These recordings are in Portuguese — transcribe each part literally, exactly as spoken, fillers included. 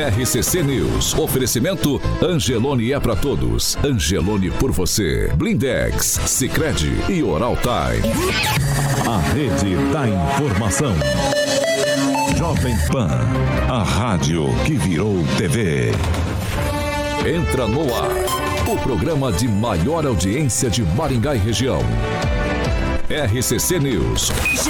R C C News. Oferecimento Angelone é pra todos. Angelone por você. Blindex, Sicredi e Oral Time. A rede da informação. Jovem Pan, a rádio que virou T V. Entra no ar, o programa de maior audiência de Maringá e região. R C C News.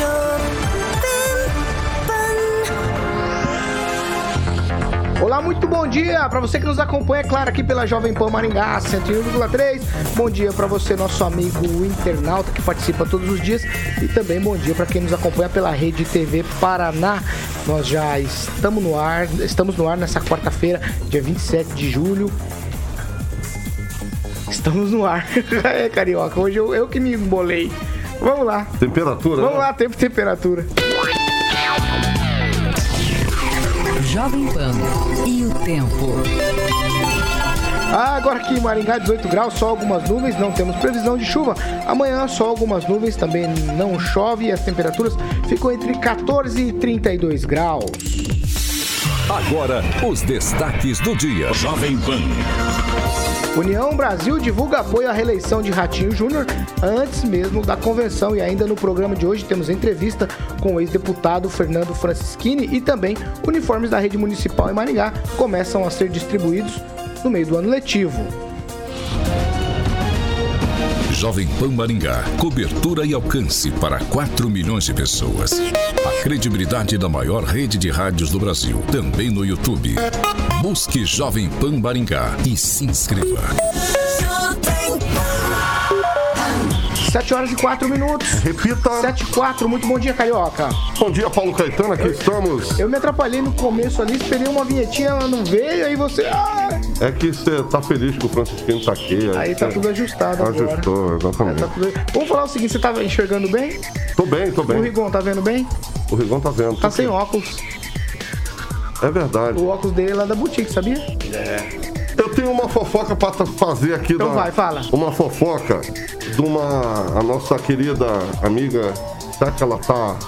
Olá, muito bom dia para você que nos acompanha, é claro, aqui pela Jovem Pan Maringá cento e um vírgula três. Bom dia para você, nosso amigo internauta que participa todos os dias, e também bom dia para quem nos acompanha pela Rede T V Paraná. Nós já estamos no ar, estamos no ar nessa quarta-feira, dia vinte e sete de julho. Estamos no ar. É, carioca, hoje eu, eu que me embolei. Vamos lá. Temperatura? Vamos né? lá, tempo e temperatura. Jovem Pan e o tempo. Ah, agora aqui em Maringá, dezoito graus, só algumas nuvens, não temos previsão de chuva. Amanhã, só algumas nuvens, também não chove e as temperaturas ficam entre catorze e trinta e dois graus. Agora, os destaques do dia. Jovem Pan. União Brasil divulga apoio à reeleição de Ratinho Júnior antes mesmo da convenção. E ainda no programa de hoje temos entrevista com o ex-deputado Fernando Francischini e também uniformes da rede municipal em Maringá começam a ser distribuídos no meio do ano letivo. Jovem Pan Maringá, cobertura e alcance para quatro milhões de pessoas. A credibilidade da maior rede de rádios do Brasil, também no YouTube. Busque Jovem Pan Maringá e se inscreva. sete horas e quatro minutos. Repita. sete e quatro, muito bom dia, carioca. Bom dia, Paulo Caetano, aqui estamos. Eu me atrapalhei no começo ali, esperei uma vinhetinha, ela não veio, aí você... Ah! É que você tá feliz que o Francisquinho tá aqui. Aí tá tudo ajustado agora. Ajustou, exatamente. É, tá tudo... Vamos falar o seguinte, você tá enxergando bem? Tô bem, tô bem. O Rigon tá vendo bem? O Rigon tá vendo. Tá sem óculos. É verdade. O óculos dele é lá da boutique, sabia? É. Eu tenho uma fofoca pra fazer aqui. Então da... vai, fala. Uma fofoca de uma... A nossa querida amiga... Será que ela tá...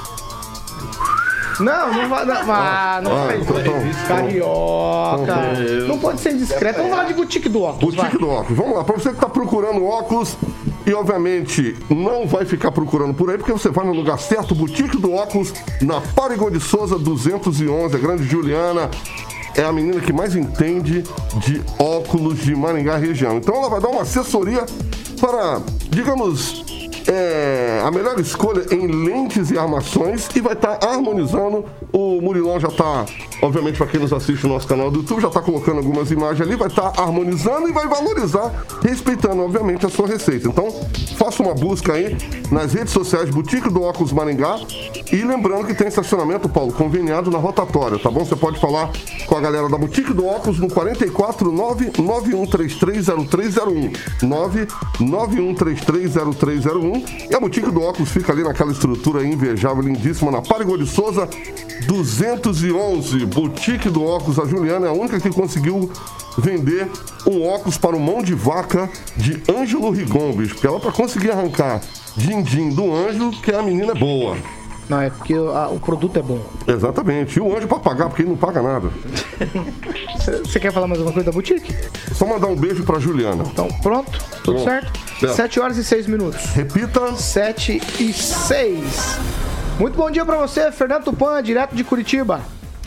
Não, não vai... Não, ah, não ah, faz então, isso. então, Carioca. então, não pode ser indiscreto. Vamos falar de boutique do óculos. Boutique vai. do óculos. Vamos lá. Pra você que tá procurando óculos... E, obviamente, não vai ficar procurando por aí, porque você vai no lugar certo, Boutique do Óculos, na Parigon de Souza duzentos e onze, a grande Juliana é a menina que mais entende de óculos de Maringá região. Então ela vai dar uma assessoria para, digamos, é, a melhor escolha em lentes e armações e vai estar tá harmonizando. O Murilão já está, obviamente, para quem nos assiste no nosso canal do YouTube, já está colocando algumas imagens ali, vai estar tá harmonizando e vai valorizar, respeitando, obviamente, a sua receita. Então, faça uma busca aí nas redes sociais Boutique do Óculos Maringá e lembrando que tem estacionamento, Paulo, conveniado na rotatória, tá bom? Você pode falar com a galera da Boutique do Óculos no quarenta e quatro, nove nove um três três zero três zero um, nove nove um três três zero três zero um, e a Boutique do Óculos fica ali naquela estrutura invejável, lindíssima, na Parigon de Souza duzentos e onze, Boutique do Óculos. A Juliana é a única que conseguiu vender um óculos para o mão de vaca de Ângelo Rigon, bicho, porque ela, para conseguir arrancar din-din do Ângelo, que a menina é boa. Não, é porque a, o produto é bom. Exatamente. E o Anjo para pagar, porque ele não paga nada. Você quer falar mais alguma coisa da boutique? Só mandar um beijo pra Juliana. Então, pronto? Tudo Pronto. certo? Certo. sete horas e seis minutos. Repita. sete e seis. Muito bom dia pra você, Fernando Tupan, direto de Curitiba.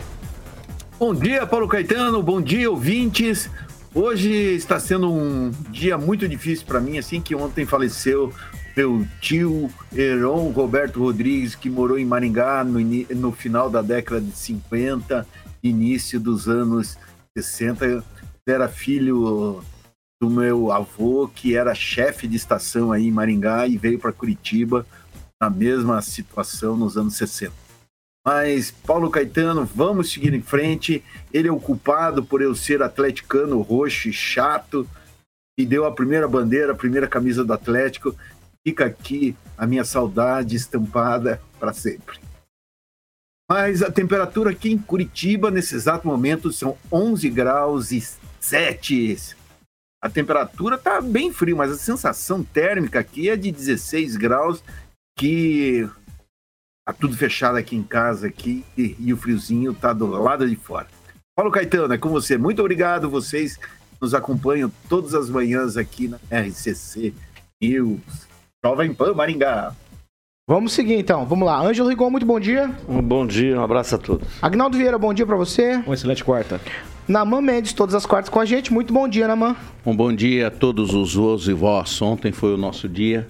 Bom dia, Paulo Caetano. Bom dia, ouvintes. Hoje está sendo um dia muito difícil para mim, assim que ontem faleceu meu tio Heron Roberto Rodrigues, que morou em Maringá no, no final da década de cinquenta, início dos anos sessenta. Era filho do meu avô, que era chefe de estação aí em Maringá e veio para Curitiba na mesma situação nos anos sessenta. Mas, Paulo Caetano, vamos seguir em frente. Ele é o culpado por eu ser atleticano roxo e chato, e deu a primeira bandeira, a primeira camisa do Atlético. Fica aqui a minha saudade estampada para sempre. Mas a temperatura aqui em Curitiba, nesse exato momento, são onze graus e sete. A temperatura está bem frio, mas a sensação térmica aqui é de dezesseis graus, que tá tudo fechado aqui em casa aqui, e, e o friozinho tá do lado de fora. Paulo Caetano, é com você. Muito obrigado, vocês nos acompanham todas as manhãs aqui na R C C News, Jovem Pan Maringá. Vamos seguir então, vamos lá. Ângelo Rigon, muito bom dia. Um bom dia, um abraço a todos. Agnaldo Vieira, bom dia pra você. Uma excelente quarta. Naman Mendes, todas as quartas com a gente. Muito bom dia, Naman. Um bom dia a todos os vós e vós. Ontem foi o nosso dia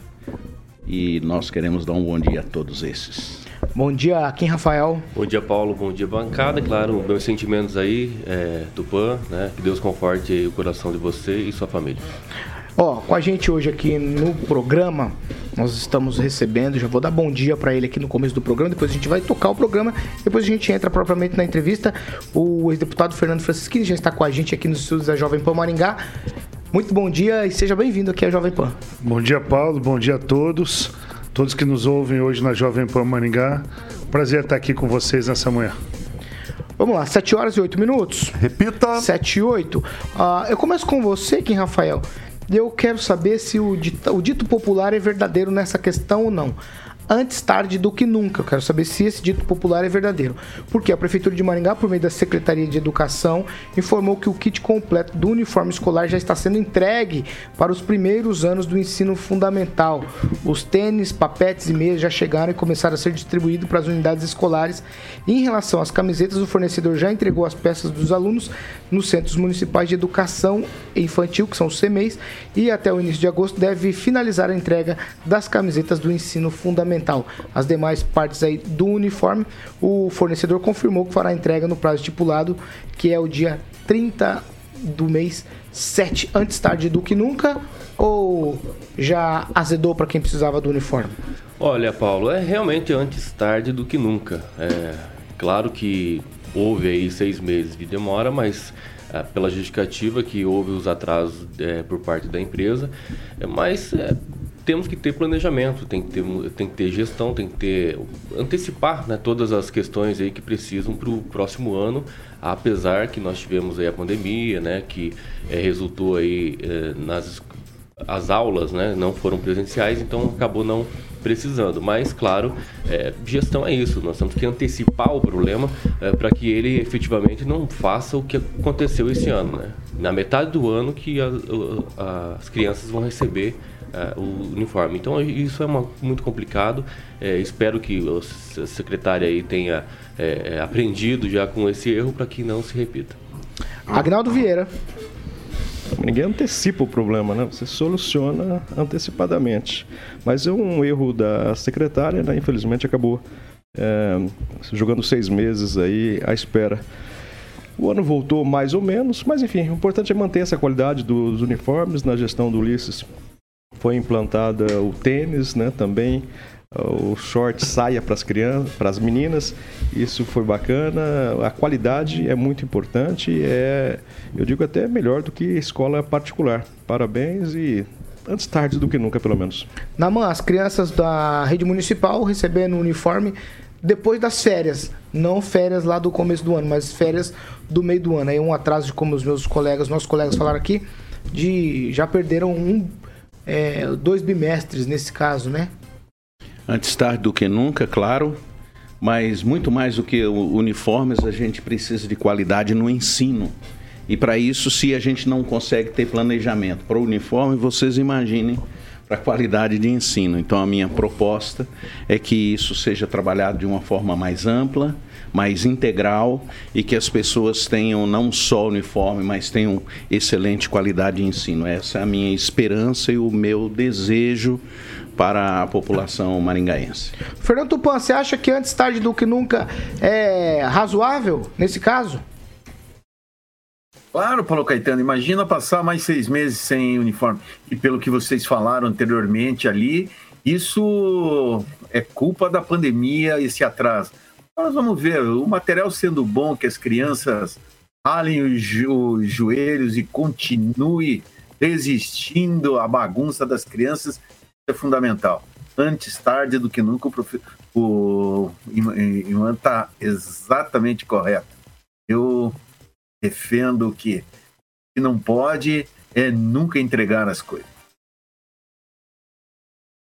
e nós queremos dar um bom dia a todos esses. Bom dia, Kim Rafael. Bom dia, Paulo. Bom dia, bancada. Claro, meus sentimentos aí é, do P A N, né? Que Deus conforte aí o coração de você e sua família. Ó, com a gente hoje aqui no programa, nós estamos recebendo, já vou dar bom dia para ele aqui no começo do programa, depois a gente vai tocar o programa, depois a gente entra propriamente na entrevista. O ex-deputado Fernando Francischini já está com a gente aqui nos estúdios da Jovem Pan Maringá. Muito bom dia e seja bem-vindo aqui à Jovem Pan. Bom dia, Paulo, bom dia a todos, todos que nos ouvem hoje na Jovem Pan Maringá. Prazer estar aqui com vocês nessa manhã. Vamos lá, sete horas e oito minutos. Repita. sete e oito. Uh, eu começo com você, Kim Rafael. Eu quero saber se o dito, o dito popular é verdadeiro nessa questão ou não. Antes tarde do que nunca. Eu quero saber se esse dito popular é verdadeiro. Porque a Prefeitura de Maringá, por meio da Secretaria de Educação, informou que o kit completo do uniforme escolar já está sendo entregue para os primeiros anos do ensino fundamental. Os tênis, papetes e meias já chegaram e começaram a ser distribuídos para as unidades escolares. E em relação às camisetas, o fornecedor já entregou as peças dos alunos nos Centros Municipais de Educação Infantil, que são os C M E Is, e até o início de agosto deve finalizar a entrega das camisetas do ensino fundamental. As demais partes aí do uniforme, o fornecedor confirmou que fará a entrega no prazo estipulado, que é o dia trinta do mês sete, antes tarde do que nunca, ou já azedou para quem precisava do uniforme? Olha, Paulo, é realmente antes tarde do que nunca. É claro que houve aí seis meses de demora, mas é, pela justificativa que houve os atrasos é, por parte da empresa, é, mas é, temos que ter planejamento, tem que ter, tem que ter gestão, tem que ter, antecipar, né, todas as questões aí que precisam para o próximo ano, apesar que nós tivemos aí a pandemia, né, que é, resultou aí é, nas as aulas, né, não foram presenciais, então acabou não precisando. Mas, claro, é, gestão é isso, nós temos que antecipar o problema é, para que ele efetivamente não faça o que aconteceu esse ano, né? Na metade do ano que a, a, as crianças vão receber Uh, o uniforme. Então isso é uma, muito complicado. É, espero que a secretária aí tenha é, aprendido já com esse erro para que não se repita. Agnaldo Vieira. Ninguém antecipa o problema, né? Você soluciona antecipadamente. Mas é um erro da secretária, né? Infelizmente acabou é, jogando seis meses aí à espera. O ano voltou mais ou menos, mas enfim, o importante é manter essa qualidade dos uniformes. Na gestão do Ulisses foi implantada o tênis, né, também o short saia para as crianças, para as meninas. Isso foi bacana. A qualidade é muito importante, é, eu digo até melhor do que escola particular. Parabéns e antes tarde do que nunca, pelo menos. Naman, as crianças da rede municipal recebendo o uniforme depois das férias, não férias lá do começo do ano, mas férias do meio do ano. Aí um atraso de, como os meus colegas, nossos colegas falaram aqui, de já perderam um É, dois bimestres nesse caso, né? Antes tarde do que nunca, claro, mas muito mais do que uniformes, a gente precisa de qualidade no ensino. E para isso, se a gente não consegue ter planejamento para o uniforme, vocês imaginem para a qualidade de ensino. Então a minha proposta é que isso seja trabalhado de uma forma mais ampla, mais integral, e que as pessoas tenham não só uniforme, mas tenham excelente qualidade de ensino. Essa é a minha esperança e o meu desejo para a população maringaense. Fernando Tupan, você acha que antes tarde do que nunca é razoável nesse caso? Claro, Paulo Caetano, imagina passar mais seis meses sem uniforme. E pelo que vocês falaram anteriormente ali, isso é culpa da pandemia, esse atraso. Nós vamos ver, o material sendo bom, que as crianças ralem os, jo- os joelhos e continue resistindo à bagunça das crianças, é fundamental. Antes tarde do que nunca, o, profe- o Iman está exatamente correto. Eu defendo que o que não pode é nunca entregar as coisas.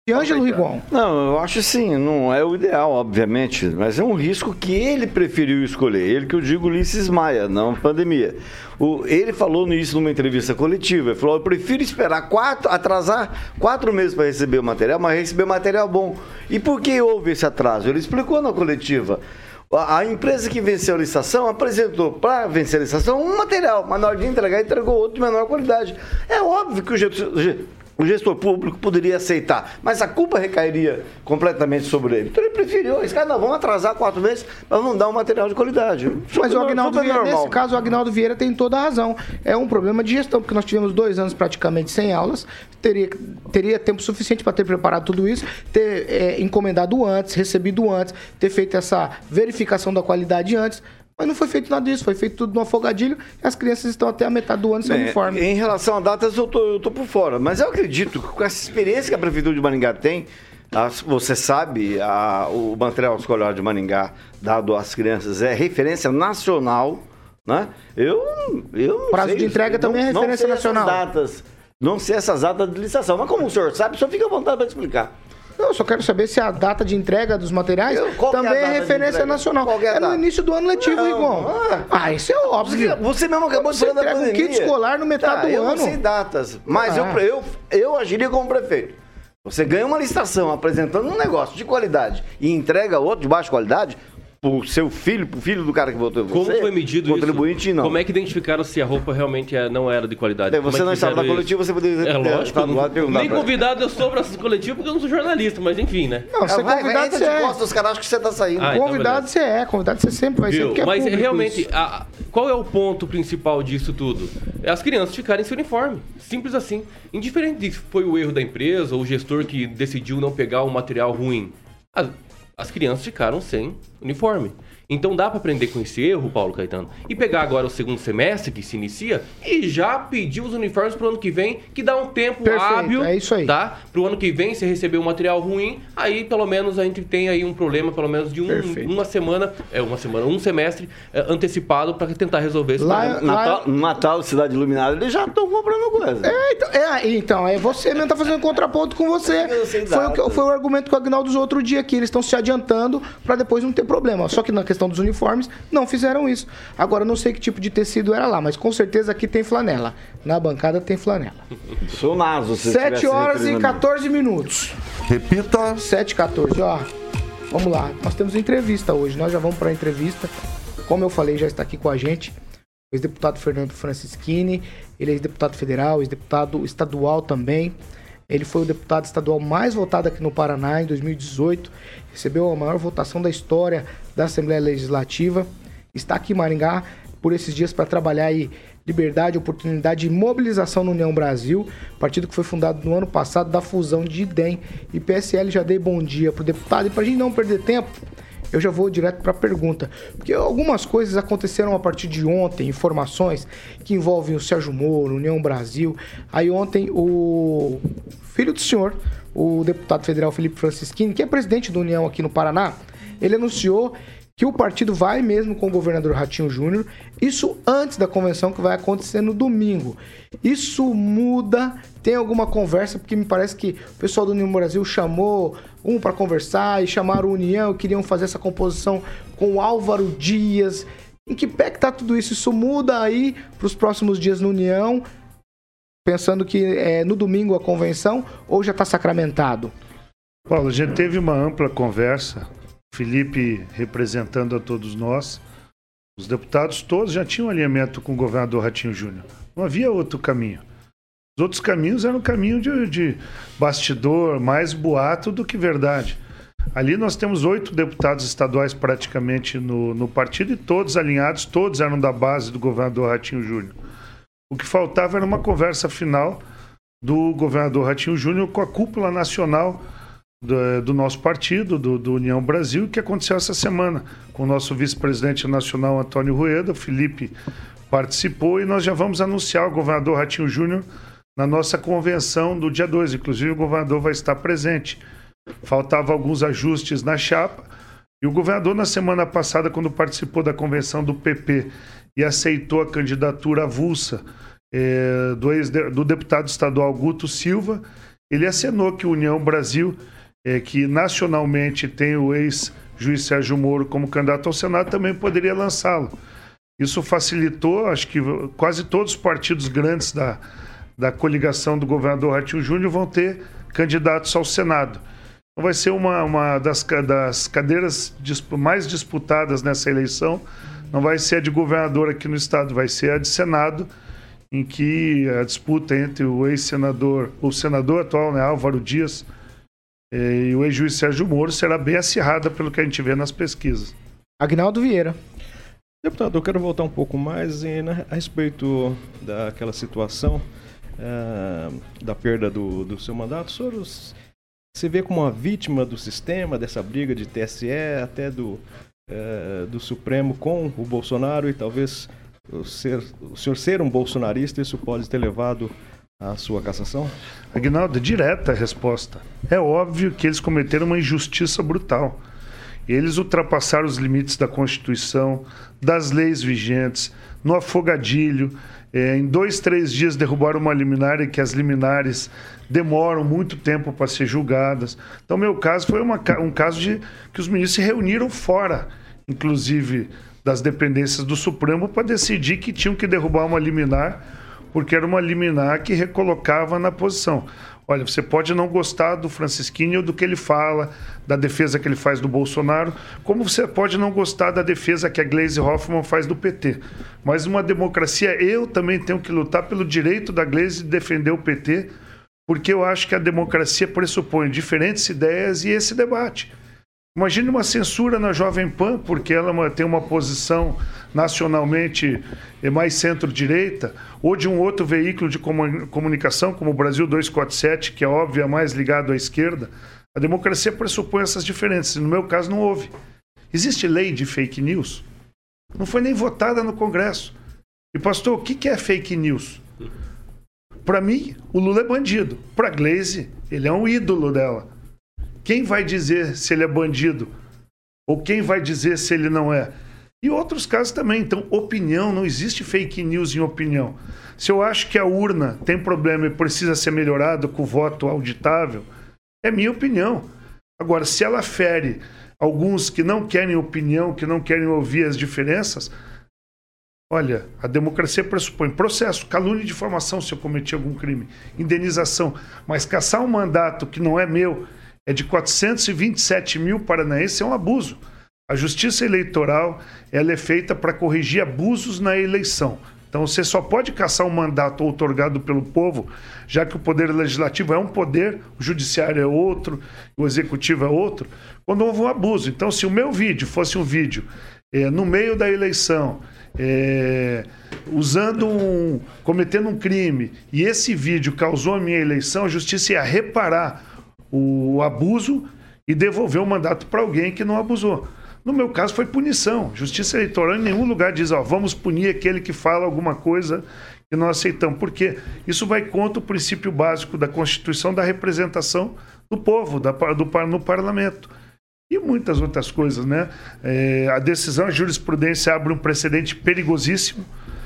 E Ângelo Rigon? Não, eu acho assim, não é o ideal, obviamente, mas é um risco que ele preferiu escolher. Ele que eu digo Ulisses Maia, não pandemia. O, ele falou nisso numa entrevista coletiva. Ele falou, eu prefiro esperar quatro, atrasar quatro meses para receber o material, mas receber material bom. E por que houve esse atraso? Ele explicou na coletiva. A, a empresa que venceu a licitação apresentou para vencer a licitação um material, mas na hora de entregar, entregou outro de menor qualidade. É óbvio que o gestor... O gestor público poderia aceitar, mas a culpa recairia completamente sobre ele. Então ele preferiu, esse cara, não, vamos atrasar quatro meses, mas vamos dar um material de qualidade. Mas o Agnaldo Vieira, nesse caso, o Agnaldo Vieira tem toda a razão. É um problema de gestão, porque nós tivemos dois anos praticamente sem aulas, teria, teria tempo suficiente para ter preparado tudo isso, ter é, encomendado antes, recebido antes, ter feito essa verificação da qualidade antes. Mas não foi feito nada disso, foi feito tudo no afogadilho e as crianças estão até a metade do ano sem uniforme. Em relação a datas, eu tô, eu tô por fora, mas eu acredito que com essa experiência que a Prefeitura de Maringá tem, a, você sabe, a, o material escolar de Maringá dado às crianças é referência nacional, né? Eu, eu não Prazo sei, de entrega não, também é referência não sei nacional. Essas datas, não sei essas datas de licitação, mas como o senhor sabe, o senhor fica à vontade para explicar. Não, eu só quero saber se a data de entrega dos materiais Eu, também é, é referência nacional. É, é no início do ano letivo, Rigon. Ah, ah, isso é óbvio. Você, você mesmo acabou de falar da pandemia. Um kit escolar no metade tá, do eu ano. Eu não sei datas, mas ah. eu, eu, eu agiria como prefeito. Você ganha uma licitação apresentando um negócio de qualidade e entrega outro de baixa qualidade, pro seu filho, pro filho do cara que votou você. Como foi medido contribuinte, isso? Não. Como é que identificaram se a roupa realmente não era de qualidade? É, você é não estava na coletiva, você poderia é, lógico, do lado perguntar. Nem convidado eu sou para essas coletivas porque eu não sou jornalista, mas enfim, né? Não, você vai, convidado vai, você é. Os caras acham que você está saindo. Ah, convidado então você é, convidado você sempre vai Viu? ser. Mas é realmente, a, qual é o ponto principal disso tudo? É as crianças ficarem sem uniforme. Simples assim. Indiferente se foi o erro da empresa ou o gestor que decidiu não pegar um material ruim. As, as crianças ficaram sem uniforme. Então dá para aprender com esse erro, Paulo Caetano, e pegar agora o segundo semestre que se inicia e já pedir os uniformes para o ano que vem, que dá um tempo Perfeito, hábil, é isso aí. Tá? Para o ano que vem, se receber um material ruim, aí pelo menos a gente tem aí um problema, pelo menos de um, uma semana, é uma semana, um semestre é, antecipado para tentar resolver esse lá, problema. Natal, Natal, Cidade Iluminada, eles já estão comprando coisa. É, então, é, então, é você mesmo tá fazendo contraponto com você. Foi o, que, foi o argumento que o Agnaldo usou outro dia aqui. Eles estão se adiantando para depois não ter problema. Só que na questão dos uniformes, não fizeram isso. Agora, não sei que tipo de tecido era lá, mas com certeza aqui tem flanela. Na bancada tem flanela. Sou naso. sete horas e quatorze minutos. Repita. sete e quatorze, ó. Vamos lá. Nós temos entrevista hoje. Nós já vamos para a entrevista. Como eu falei, já está aqui com a gente o ex-deputado Fernando Francischini. Ele é ex-deputado federal, ex-deputado estadual também. Ele foi o deputado estadual mais votado aqui no Paraná em dois mil e dezoito. Recebeu a maior votação da história da Assembleia Legislativa. Está aqui em Maringá por esses dias para trabalhar aí liberdade, oportunidade e mobilização no União Brasil. Partido que foi fundado no ano passado da fusão de I D E M e P S L. Já dei bom dia para o deputado. E para a gente não perder tempo, eu já vou direto para a pergunta. Porque algumas coisas aconteceram a partir de ontem, informações que envolvem o Sérgio Moro, União Brasil. Aí ontem o filho do senhor, o deputado federal Felipe Francischini, que é presidente da União aqui no Paraná, ele anunciou que o partido vai mesmo com o governador Ratinho Júnior, isso antes da convenção que vai acontecer no domingo. Isso muda, tem alguma conversa, porque me parece que o pessoal do União Brasil chamou um para conversar e chamaram o União, queriam fazer essa composição com o Álvaro Dias. Em que pé que tá tudo isso? Isso muda aí para os próximos dias no União, pensando que é no domingo a convenção, ou já está sacramentado? Paulo, a gente teve uma ampla conversa, Felipe representando a todos nós, os deputados todos já tinham alinhamento com o governador Ratinho Júnior. Não havia outro caminho. Os outros caminhos eram caminho de, de bastidor, mais boato do que verdade. Ali nós temos oito deputados estaduais praticamente no, no partido e todos alinhados, todos eram da base do governador Ratinho Júnior. O que faltava era uma conversa final do governador Ratinho Júnior com a cúpula nacional do, do nosso partido, do, do União Brasil, que aconteceu essa semana com o nosso vice-presidente nacional Antônio Rueda. O Felipe participou e nós já vamos anunciar o governador Ratinho Júnior na nossa convenção do dia dois. Inclusive o governador vai estar presente. Faltavam alguns ajustes na chapa e o governador na semana passada, quando participou da convenção do P P e aceitou a candidatura avulsa eh, do, ex, do deputado estadual Guto Silva, ele acenou que a União Brasil, é, que nacionalmente tem o ex-juiz Sérgio Moro como candidato ao Senado, também poderia lançá-lo. Isso facilitou, acho que quase todos os partidos grandes da, da coligação do governador Ratinho Júnior vão ter candidatos ao Senado. Então vai ser uma, uma das, das cadeiras mais disputadas nessa eleição. Não vai ser a de governador aqui no estado, vai ser a de Senado, em que a disputa entre o ex-senador, o senador atual, né, Álvaro Dias, e o ex-juiz Sérgio Moro será bem acirrada pelo que a gente vê nas pesquisas. Agnaldo Vieira. Deputado, eu quero voltar um pouco mais em, né, a respeito daquela situação é, da perda do, do seu mandato. O senhor se vê como uma vítima do sistema, dessa briga de T S E, até do, é, do Supremo com o Bolsonaro, e talvez o, ser, o senhor ser um bolsonarista, isso pode ter levado à sua cassação? Agnaldo, direta a resposta. É óbvio que eles cometeram uma injustiça brutal. Eles ultrapassaram os limites da Constituição, das leis vigentes, no afogadilho. É, em dois, três dias derrubaram uma liminar, e que as liminares demoram muito tempo para ser julgadas. Então, meu caso foi uma, um caso de que os ministros se reuniram fora, inclusive das dependências do Supremo, para decidir que tinham que derrubar uma liminar, porque era uma liminar que recolocava na posição. Olha, você pode não gostar do Francisquinho ou do que ele fala, da defesa que ele faz do Bolsonaro, como você pode não gostar da defesa que a Gleisi Hoffmann faz do P T. Mas numa democracia, eu também tenho que lutar pelo direito da Gleisi de defender o P T, porque eu acho que a democracia pressupõe diferentes ideias e esse debate. Imagine uma censura na Jovem Pan, porque ela tem uma posição nacionalmente mais centro-direita, ou de um outro veículo de comunicação, como o Brasil duzentos e quarenta e sete, que é óbvio, é mais ligado à esquerda. A democracia pressupõe essas diferenças, e no meu caso não houve. Existe lei de fake news? Não foi nem votada no Congresso. E pastor, o que é fake news? Para mim, o Lula é bandido. Para a Gleisi, ele é um ídolo dela. Quem vai dizer se ele é bandido? Ou quem vai dizer se ele não é? E outros casos também. Então, opinião, não existe fake news em opinião. Se eu acho que a urna tem problema e precisa ser melhorado com o voto auditável, é minha opinião. Agora, se ela fere alguns que não querem opinião, que não querem ouvir as diferenças, olha, a democracia pressupõe processo, calúnia e difamação se eu cometi algum crime, indenização, mas caçar um mandato que não é meu, é de quatrocentos e vinte e sete mil paranaenses, é um abuso. A justiça eleitoral, ela é feita para corrigir abusos na eleição. Então você só pode caçar um mandato outorgado pelo povo, já que o poder legislativo é um poder, o judiciário é outro, o executivo é outro, quando houve um abuso. Então se o meu vídeo fosse um vídeo é, no meio da eleição, é, usando um, cometendo um crime, e esse vídeo causou a minha eleição, a justiça ia reparar o abuso e devolver o mandato para alguém que não abusou. No meu caso foi punição. Justiça eleitoral em nenhum lugar diz, ó, vamos punir aquele que fala alguma coisa que não aceitamos. Porque isso vai contra o princípio básico da Constituição da representação do povo, da, do, no parlamento. E muitas outras coisas, né? É, a decisão, a jurisprudência abre um precedente perigosíssimo.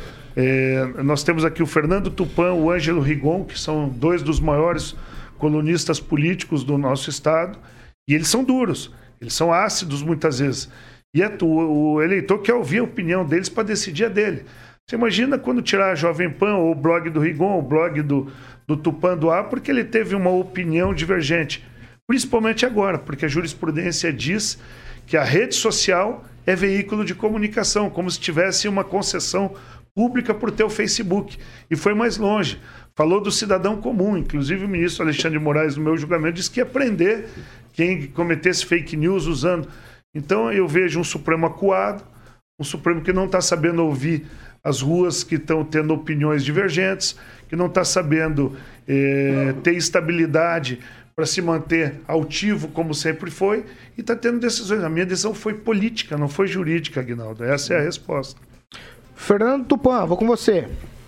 É, nós temos aqui o Fernando Tupan, o Ângelo Rigon, que são dois dos maiores colunistas políticos do nosso estado, e eles são duros, eles ssão ácidos muitas vezes. E é tu, o eleitor quer ouvir a opinião deles para decidir a dele. Você imagina quando tirar a Jovem Pan, ou o blog do Rigon, ou o blog do, do Tupan do ar, porque ele teve uma opinião divergente. Principalmente agora, porque a jurisprudência diz que a rede social é veículo de comunicação, como se tivesse uma concessão pública por ter o Facebook. E foi mais longe. Falou do cidadão comum. Inclusive o ministro Alexandre de Moraes, no meu julgamento, disse que ia prender quem cometesse fake news usando. Então eu vejo um Supremo acuado, um Supremo que não está sabendo ouvir as ruas que estão tendo opiniões divergentes, que não está sabendo eh, ter estabilidade para se manter altivo, como sempre foi, e está tendo decisões. A minha decisão foi política, não foi jurídica, Aguinaldo. Essa é a resposta. Fernando Tupan, vou com você.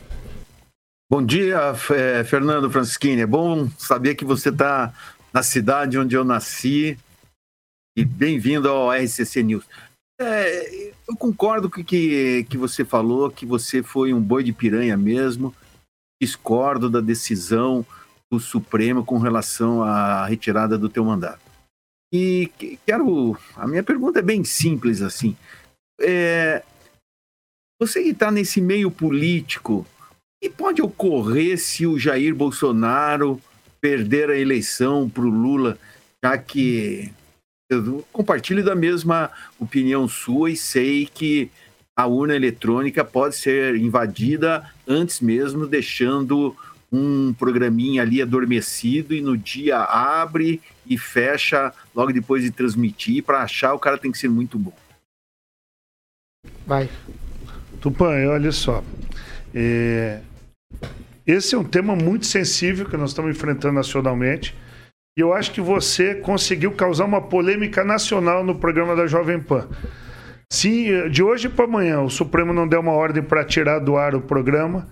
Bom dia, Fernando Francisquini. É bom saber que você está na cidade onde eu nasci, e bem-vindo ao R C C News. É, eu concordo com o que, que você falou, que você foi um boi de piranha mesmo. Discordo da decisão do Supremo com relação à retirada do teu mandato. E quero... A minha pergunta é bem simples, assim. É, você que está nesse meio político, o que pode ocorrer se o Jair Bolsonaro perder a eleição para o Lula, já que eu compartilho da mesma opinião sua e sei que a urna eletrônica pode ser invadida antes mesmo, deixando um programinha ali adormecido e no dia abre e fecha logo depois de transmitir. Para achar, o cara tem que ser muito bom. Vai. Tupã, olha só. É... Esse é um tema muito sensível que nós estamos enfrentando nacionalmente. E eu acho que você conseguiu causar uma polêmica nacional no programa da Jovem Pan. Se de hoje para amanhã o Supremo não der uma ordem para tirar do ar o programa,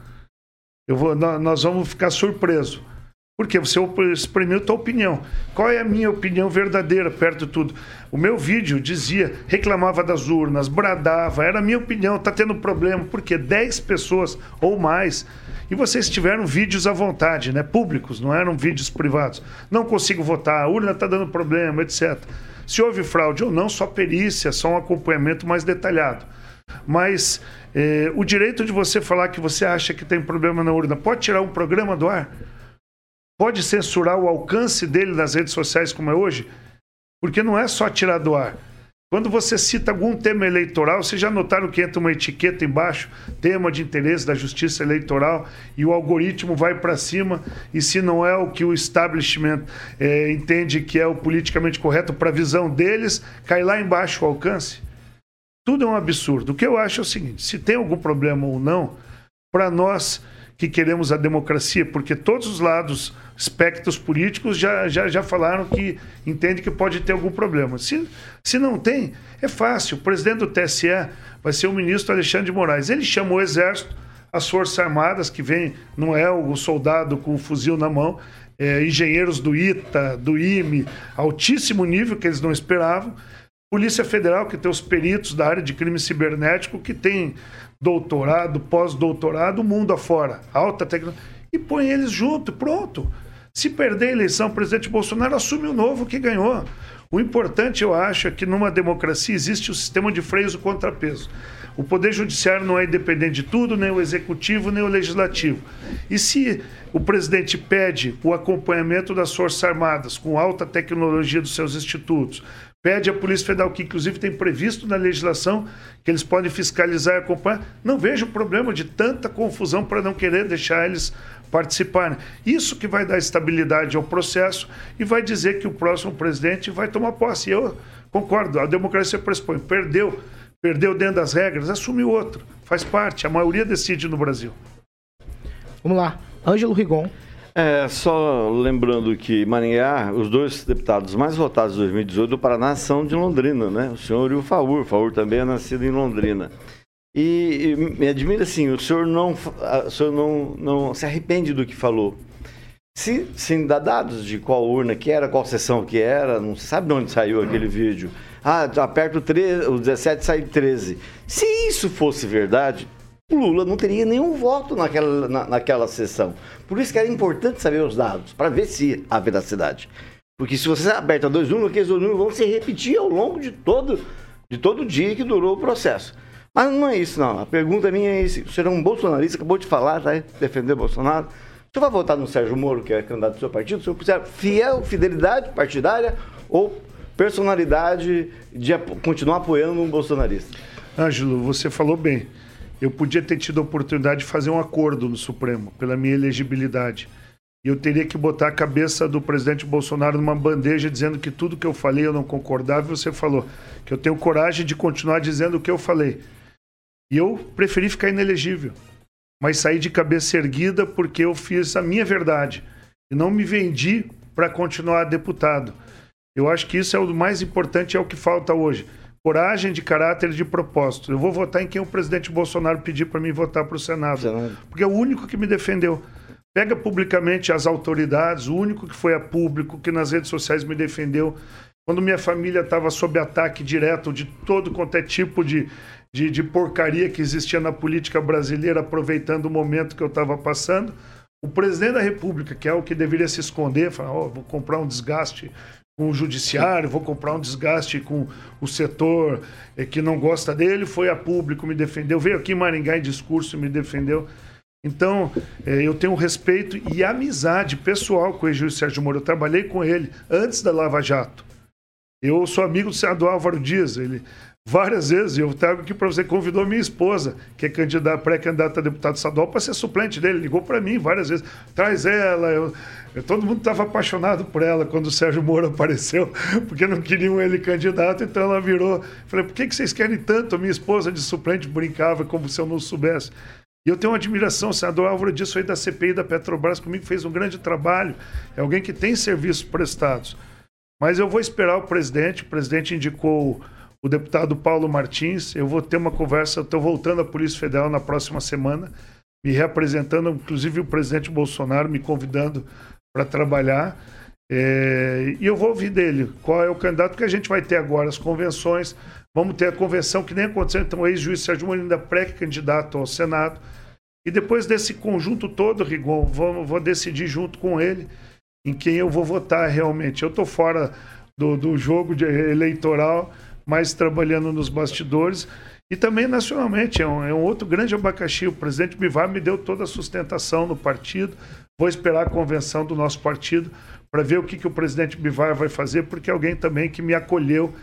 eu vou, nós vamos ficar surpresos. Porque você exprimiu a tua opinião. Qual é a minha opinião verdadeira perto de tudo? O meu vídeo dizia, reclamava das urnas, bradava, era a minha opinião, tá tendo problema, porque dez pessoas ou mais, e vocês tiveram vídeos à vontade, né, públicos, não eram vídeos privados. Não consigo votar, a urna tá dando problema, etcétera. Se houve fraude ou não, só perícia, só um acompanhamento mais detalhado. Mas eh, o direito de você falar que você acha que tem problema na urna, pode tirar um programa do ar? Pode censurar o alcance dele nas redes sociais como é hoje? Porque não é só tirar do ar. Quando você cita algum tema eleitoral, vocês já notaram que entra uma etiqueta embaixo, tema de interesse da Justiça Eleitoral, e o algoritmo vai para cima, e se não é o que o establishment é, entende que é o politicamente correto para a visão deles, cai lá embaixo o alcance? Tudo é um absurdo. O que eu acho é o seguinte, se tem algum problema ou não, para nós que queremos a democracia, porque todos os lados, espectros políticos já, já, já falaram que entende que pode ter algum problema. Se, se não tem, é fácil. O presidente do T S E vai ser o ministro Alexandre de Moraes. Ele chamou o Exército, as Forças Armadas, que vem, não é o soldado com o fuzil na mão, é, engenheiros do ITA, do I M E, altíssimo nível que eles não esperavam. Polícia Federal, que tem os peritos da área de crime cibernético, que tem doutorado, pós-doutorado, o mundo afora, alta tecnologia, e põe eles junto, pronto. Se perder a eleição, o presidente Bolsonaro assume o novo que ganhou. O importante, eu acho, é que numa democracia existe o sistema de freios e contrapeso. O Poder Judiciário não é independente de tudo, nem o Executivo, nem o Legislativo. E se o presidente pede o acompanhamento das Forças Armadas com alta tecnologia dos seus institutos, pede à Polícia Federal, que inclusive tem previsto na legislação que eles podem fiscalizar e acompanhar, não vejo problema de tanta confusão para não querer deixar eles participarem. Isso que vai dar estabilidade ao processo e vai dizer que o próximo presidente vai tomar posse. Eu concordo, a democracia pressupõe, perdeu, perdeu dentro das regras, assume outro, faz parte, a maioria decide no Brasil. Vamos lá, Ângelo Rigon. É, só lembrando que Maringá, os dois deputados mais votados de dois mil e dezoito do Paraná são de Londrina, né? O senhor e o Faur. O Faur também é nascido em Londrina. E, e me admira assim, o senhor não, o senhor não, não se arrepende do que falou. Se, se dá dados de qual urna que era, qual sessão que era, não se sabe de onde saiu aquele vídeo. Ah, aperta o, treze, o dezessete, sai treze. Se isso fosse verdade, o Lula não teria nenhum voto naquela, na, naquela sessão. Por isso que era importante saber os dados, para ver se há veracidade. Porque se você aperta dois números, aqueles dois números vão se repetir ao longo de todo, de todo o dia que durou o processo. Mas não é isso, não. A pergunta minha é isso. O senhor é um bolsonarista, acabou de falar, tá? Defender o Bolsonaro. O senhor vai votar no Sérgio Moro, que é candidato do seu partido? O senhor precisa fiel, fidelidade partidária ou personalidade de continuar apoiando um bolsonarista? Ângelo, você falou bem. Eu podia ter tido a oportunidade de fazer um acordo no Supremo, pela minha elegibilidade. E eu teria que botar a cabeça do presidente Bolsonaro numa bandeja dizendo que tudo que eu falei eu não concordava, e você falou que eu tenho coragem de continuar dizendo o que eu falei. E eu preferi ficar inelegível, mas saí de cabeça erguida porque eu fiz a minha verdade e não me vendi para continuar deputado. Eu acho que isso é o mais importante, é o que falta hoje. Coragem de caráter e de propósito. Eu vou votar em quem o presidente Bolsonaro pedir para mim votar para o Senado, Senado, porque é o único que me defendeu. Pega publicamente as autoridades, o único que foi a público, que nas redes sociais me defendeu. Quando minha família estava sob ataque direto de todo quanto é tipo de, de, de porcaria que existia na política brasileira, aproveitando o momento que eu estava passando, O presidente da República, que é o que deveria se esconder, falar, ó, oh, vou comprar um desgaste com o judiciário, vou comprar um desgaste com o setor eh, que não gosta dele, foi a público, me defendeu, veio aqui em Maringá em discurso e me defendeu. Então, eh, eu tenho respeito e amizade pessoal com o ex-juiz Sérgio Moro. Eu trabalhei com ele antes da Lava Jato. Eu sou amigo do senador Álvaro Dias, ele várias vezes, eu trago aqui para você, convidou minha esposa, que é candidata, pré-candidata a deputado estadual, para ser suplente dele, ligou para mim várias vezes, traz ela, eu, eu, todo mundo estava apaixonado por ela quando o Sérgio Moro apareceu, porque não queriam ele candidato, então ela virou, falei, por que, que vocês querem tanto? Minha esposa de suplente brincava como se eu não soubesse. E eu tenho uma admiração, o senador Álvaro Dias foi da C P I da Petrobras comigo, fez um grande trabalho, é alguém que tem serviços prestados. Mas eu vou esperar o presidente, o presidente indicou o deputado Paulo Martins, eu vou ter uma conversa, estou voltando à Polícia Federal na próxima semana, me reapresentando, inclusive o presidente Bolsonaro me convidando para trabalhar, é, e eu vou ouvir dele qual é o candidato, porque a gente vai ter agora as convenções, vamos ter a convenção que nem aconteceu, então o ex-juiz Sérgio Moro ainda pré-candidato ao Senado, e depois desse conjunto todo, Rigon, vou, vou decidir junto com ele em quem eu vou votar realmente. Eu estou fora do, do jogo de eleitoral, mas trabalhando nos bastidores e também nacionalmente. É um, é um outro grande abacaxi. O presidente Bivar me deu toda a sustentação no partido. Vou esperar a convenção do nosso partido para ver o que, que o presidente Bivar vai fazer, porque é alguém também que me acolheu.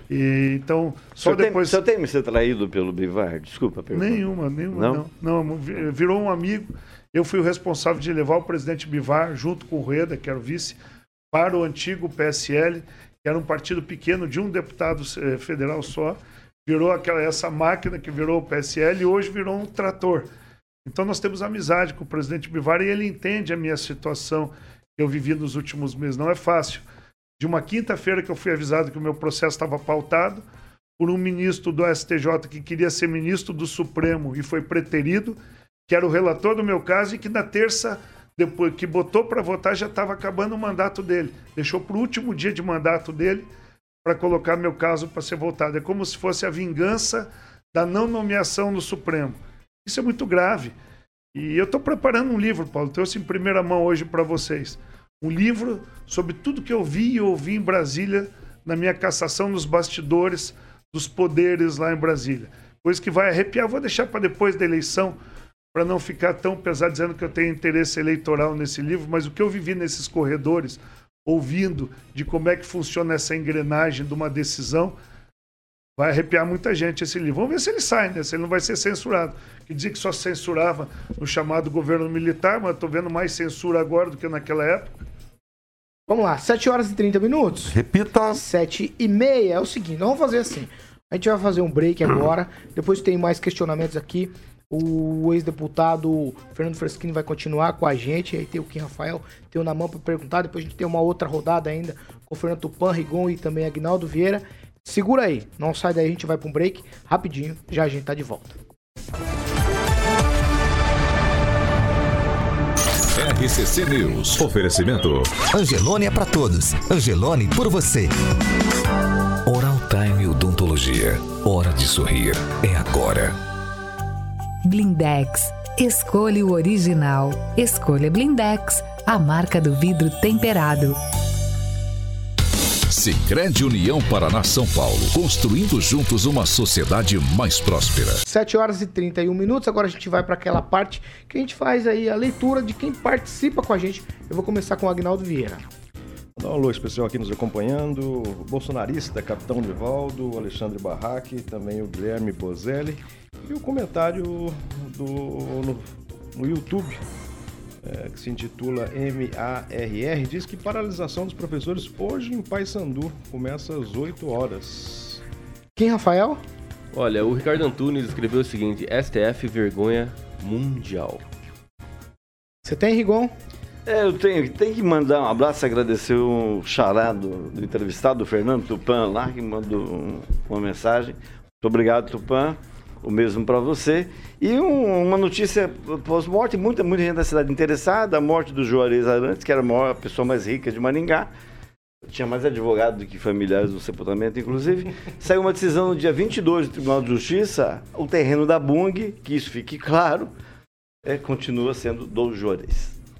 E, então, só o depois... Você tem me ser traído pelo Bivar? Desculpa. Pergunta. Nenhuma, nenhuma, não? não. Não, virou um amigo. Eu fui o responsável de levar o presidente Bivar, junto com o Rueda, que era o vice, para o antigo P S L, que era um partido pequeno de um deputado eh, federal só. Virou aquela, essa máquina que virou o P S L e hoje virou um trator. Então nós temos amizade com o presidente Bivar e ele entende a minha situação que eu vivi nos últimos meses. Não é fácil. De uma quinta-feira que eu fui avisado que o meu processo estava pautado por um ministro do S T J que queria ser ministro do Supremo e foi preterido, que era o relator do meu caso e que na terça, depois que botou para votar, já estava acabando o mandato dele. Deixou para o último dia de mandato dele para colocar meu caso para ser votado. É como se fosse a vingança da não nomeação no Supremo. Isso é muito grave. E eu estou preparando um livro, Paulo, trouxe em primeira mão hoje para vocês. Um livro sobre tudo que eu vi e ouvi em Brasília, na minha cassação nos bastidores dos poderes lá em Brasília. Coisa que vai arrepiar, vou deixar para depois da eleição, para não ficar tão pesado dizendo que eu tenho interesse eleitoral nesse livro, mas o que eu vivi nesses corredores, ouvindo de como é que funciona essa engrenagem de uma decisão, vai arrepiar muita gente esse livro. Vamos ver se ele sai, né? Se ele não vai ser censurado. Que dizia que só censurava no chamado governo militar, mas estou vendo mais censura agora do que naquela época. Vamos lá, sete horas e trinta minutos. Repita. sete e meia. É o seguinte, vamos fazer assim. A gente vai fazer um break agora, depois tem mais questionamentos aqui. O ex-deputado Fernando Freschini vai continuar com a gente. Aí tem o Kim Rafael, tem o Naman para perguntar. Depois a gente tem uma outra rodada ainda com o Fernando Tupan, Rigon e também Aguinaldo Vieira. Segura aí, não sai daí, a gente vai para um break rapidinho. Já a gente tá de volta. R C C News. Oferecimento. Angelone é para todos. Angelone por você. Oral Time Odontologia. Hora de sorrir. É agora. Blindex. Escolha o original. Escolha Blindex, a marca do vidro temperado. Sicredi União Paraná São Paulo. Construindo juntos uma sociedade mais próspera. sete horas e trinta e um minutos. Agora a gente vai para aquela parte que a gente faz aí a leitura de quem participa com a gente. Eu vou começar com o Aguinaldo Vieira. Dá um alô especial aqui nos acompanhando, o bolsonarista Capitão Divaldo, o Alexandre Barraque, também o Guilherme Bozelli e o comentário do, no, no YouTube, é, que se intitula M A R R, diz que paralisação dos professores hoje em Paysandu começa às oito horas. Quem, Rafael? Olha, o Ricardo Antunes escreveu o seguinte: S T F vergonha mundial. Você tem, Rigon? É, eu tenho, tenho que mandar um abraço e agradecer o xará do, do entrevistado, o Fernando Tupan, lá, que mandou um, uma mensagem. Muito obrigado, Tupan. O mesmo para você. E um, uma notícia pós-morte, muita, muita gente da cidade interessada, a morte do Juarez Arantes, que era a maior, a pessoa mais rica de Maringá. Tinha mais advogado do que familiares do sepultamento, inclusive. Saiu uma decisão no dia vinte e dois do Tribunal de Justiça, o terreno da Bung, que isso fique claro, é, continua sendo do Juarez.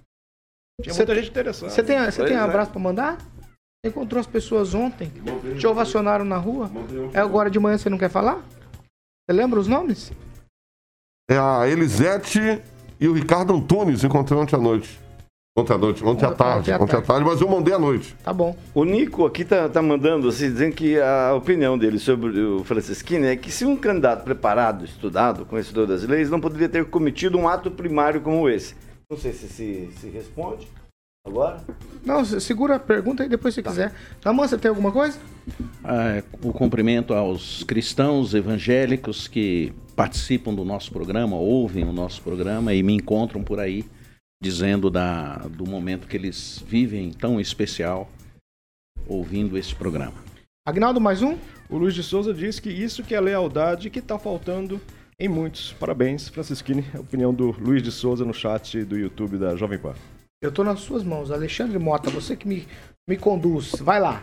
Tinha muita gente interessada. Você tem, você tem um é. abraço pra mandar? Você encontrou as pessoas ontem? Te ovacionaram na rua? É agora de manhã você não quer falar? Você lembra os nomes? É a Elisete e o Ricardo Antunes, encontrei ontem à noite. Ontem à noite, ontem à tarde, ontem à tarde, mas eu mandei à noite. Tá bom. O Nico aqui tá, tá mandando, assim, dizendo que a opinião dele sobre o Francisquini é que se um candidato preparado, estudado, conhecedor das leis, não poderia ter cometido um ato primário como esse. Não sei se se, se responde agora. Não, segura a pergunta e depois se quiser. Namã, você tem alguma coisa? Ah, o cumprimento aos cristãos evangélicos que participam do nosso programa, ouvem o nosso programa e me encontram por aí dizendo da, do momento que eles vivem tão especial ouvindo esse programa. Agnaldo, mais um? O Luiz de Souza diz que isso que é lealdade que está faltando em muitos. Parabéns, Francisquini. A opinião do Luiz de Souza no chat do YouTube da Jovem Pan. Eu tô nas suas mãos. Alexandre Mota, você que me, me conduz. Vai lá.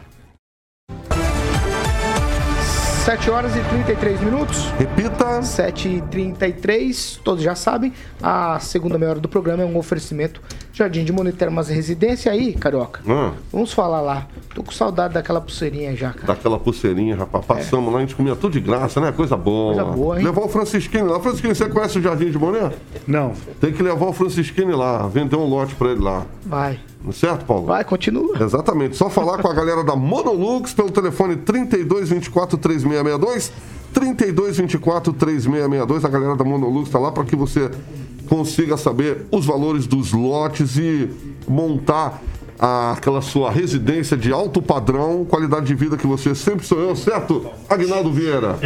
sete horas e trinta e três minutos. Repita. sete e trinta e três. Todos já sabem. A segunda meia hora do programa é um oferecimento Jardim de Monet Termas Residência. Aí, Carioca, hum. vamos falar lá. Tô com saudade daquela pulseirinha já, cara. Daquela pulseirinha, rapaz. Passamos é. lá, a gente comia tudo de graça, né? Coisa boa. Coisa boa, hein? Levar o Francisquini lá. Francisquini, você conhece o Jardim de Monet? Não. Tem que levar o Francisquini lá. Vender um lote pra ele lá. Vai. Certo, Paulo? Vai, continua. Exatamente. Só falar com a galera da Monolux pelo telefone trinta e dois, vinte e quatro, trinta e seis sessenta e dois. trinta e dois, vinte e quatro, trinta e seis sessenta e dois. A galera da Monolux está lá para que você consiga saber os valores dos lotes e montar a, aquela sua residência de alto padrão, qualidade de vida que você sempre sonhou, certo, Agnaldo Vieira?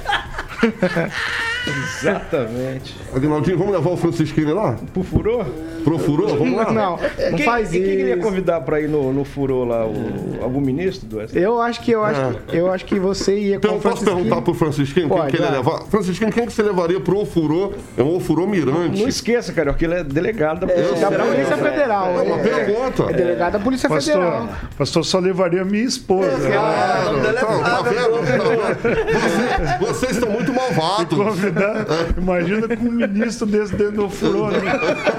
Exatamente. Agnaldinho, vamos levar o Francisquini lá? Pro Furô? Pro Furô? Vamos lá? Não, não faz quem, isso. Quem queria convidar pra ir no, no Furô lá? O, algum ministro do S T F? Eu acho que eu acho, é. que, eu acho que você ia então, com o Francisquini. Posso perguntar pro Francisquini quem que ele levar? Francisquini, quem que você levaria pro Ofurô? É um Ofurô Mirante. Não esqueça, cara, que ele é delegado da Polícia, é, da Polícia Federal. É uma pergunta. É, é delegado da Polícia pastor, Federal. Pastor, só levaria minha esposa. É, claro. Então, tá vendo? Você, vocês estão muito malvados. Convidar, é. Imagina com um ministro desse dentro do Ofurô. Né?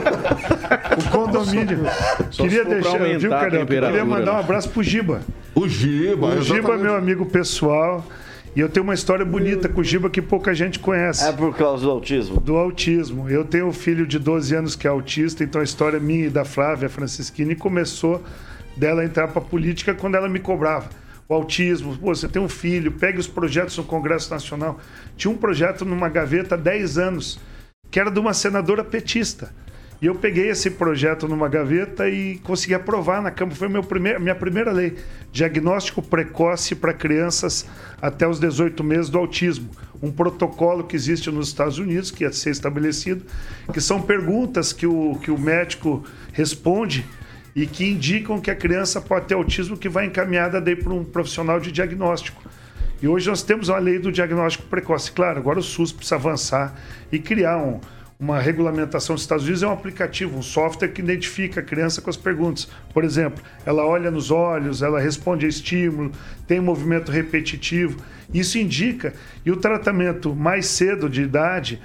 O condomínio. Só queria deixar, eu digo, cara, eu queria mandar um abraço pro Giba. O Giba, O Giba é meu amigo pessoal. E eu tenho uma história bonita com o Giba que pouca gente conhece. É por causa do autismo? Do autismo. Eu tenho um filho de doze anos que é autista, então a história minha e da Flávia Francisquini começou dela entrar para a política quando ela me cobrava. O autismo, pô, você tem um filho, pegue os projetos no Congresso Nacional. Tinha um projeto numa gaveta há dez anos, que era de uma senadora petista. E eu peguei esse projeto numa gaveta e consegui aprovar na Câmara. Foi meu primeir, minha primeira lei. Diagnóstico precoce para crianças até os dezoito meses do autismo. Um protocolo que existe nos Estados Unidos, que ia ser estabelecido, que são perguntas que o, que o médico responde e que indicam que a criança pode ter autismo, que vai encaminhada daí para um profissional de diagnóstico. E hoje nós temos uma lei do diagnóstico precoce. Claro, agora o SUS precisa avançar e criar um... Uma regulamentação dos Estados Unidos é um aplicativo, um software que identifica a criança com as perguntas. Por exemplo, ela olha nos olhos, ela responde a estímulo, tem um movimento repetitivo. Isso indica, e o tratamento mais cedo de idade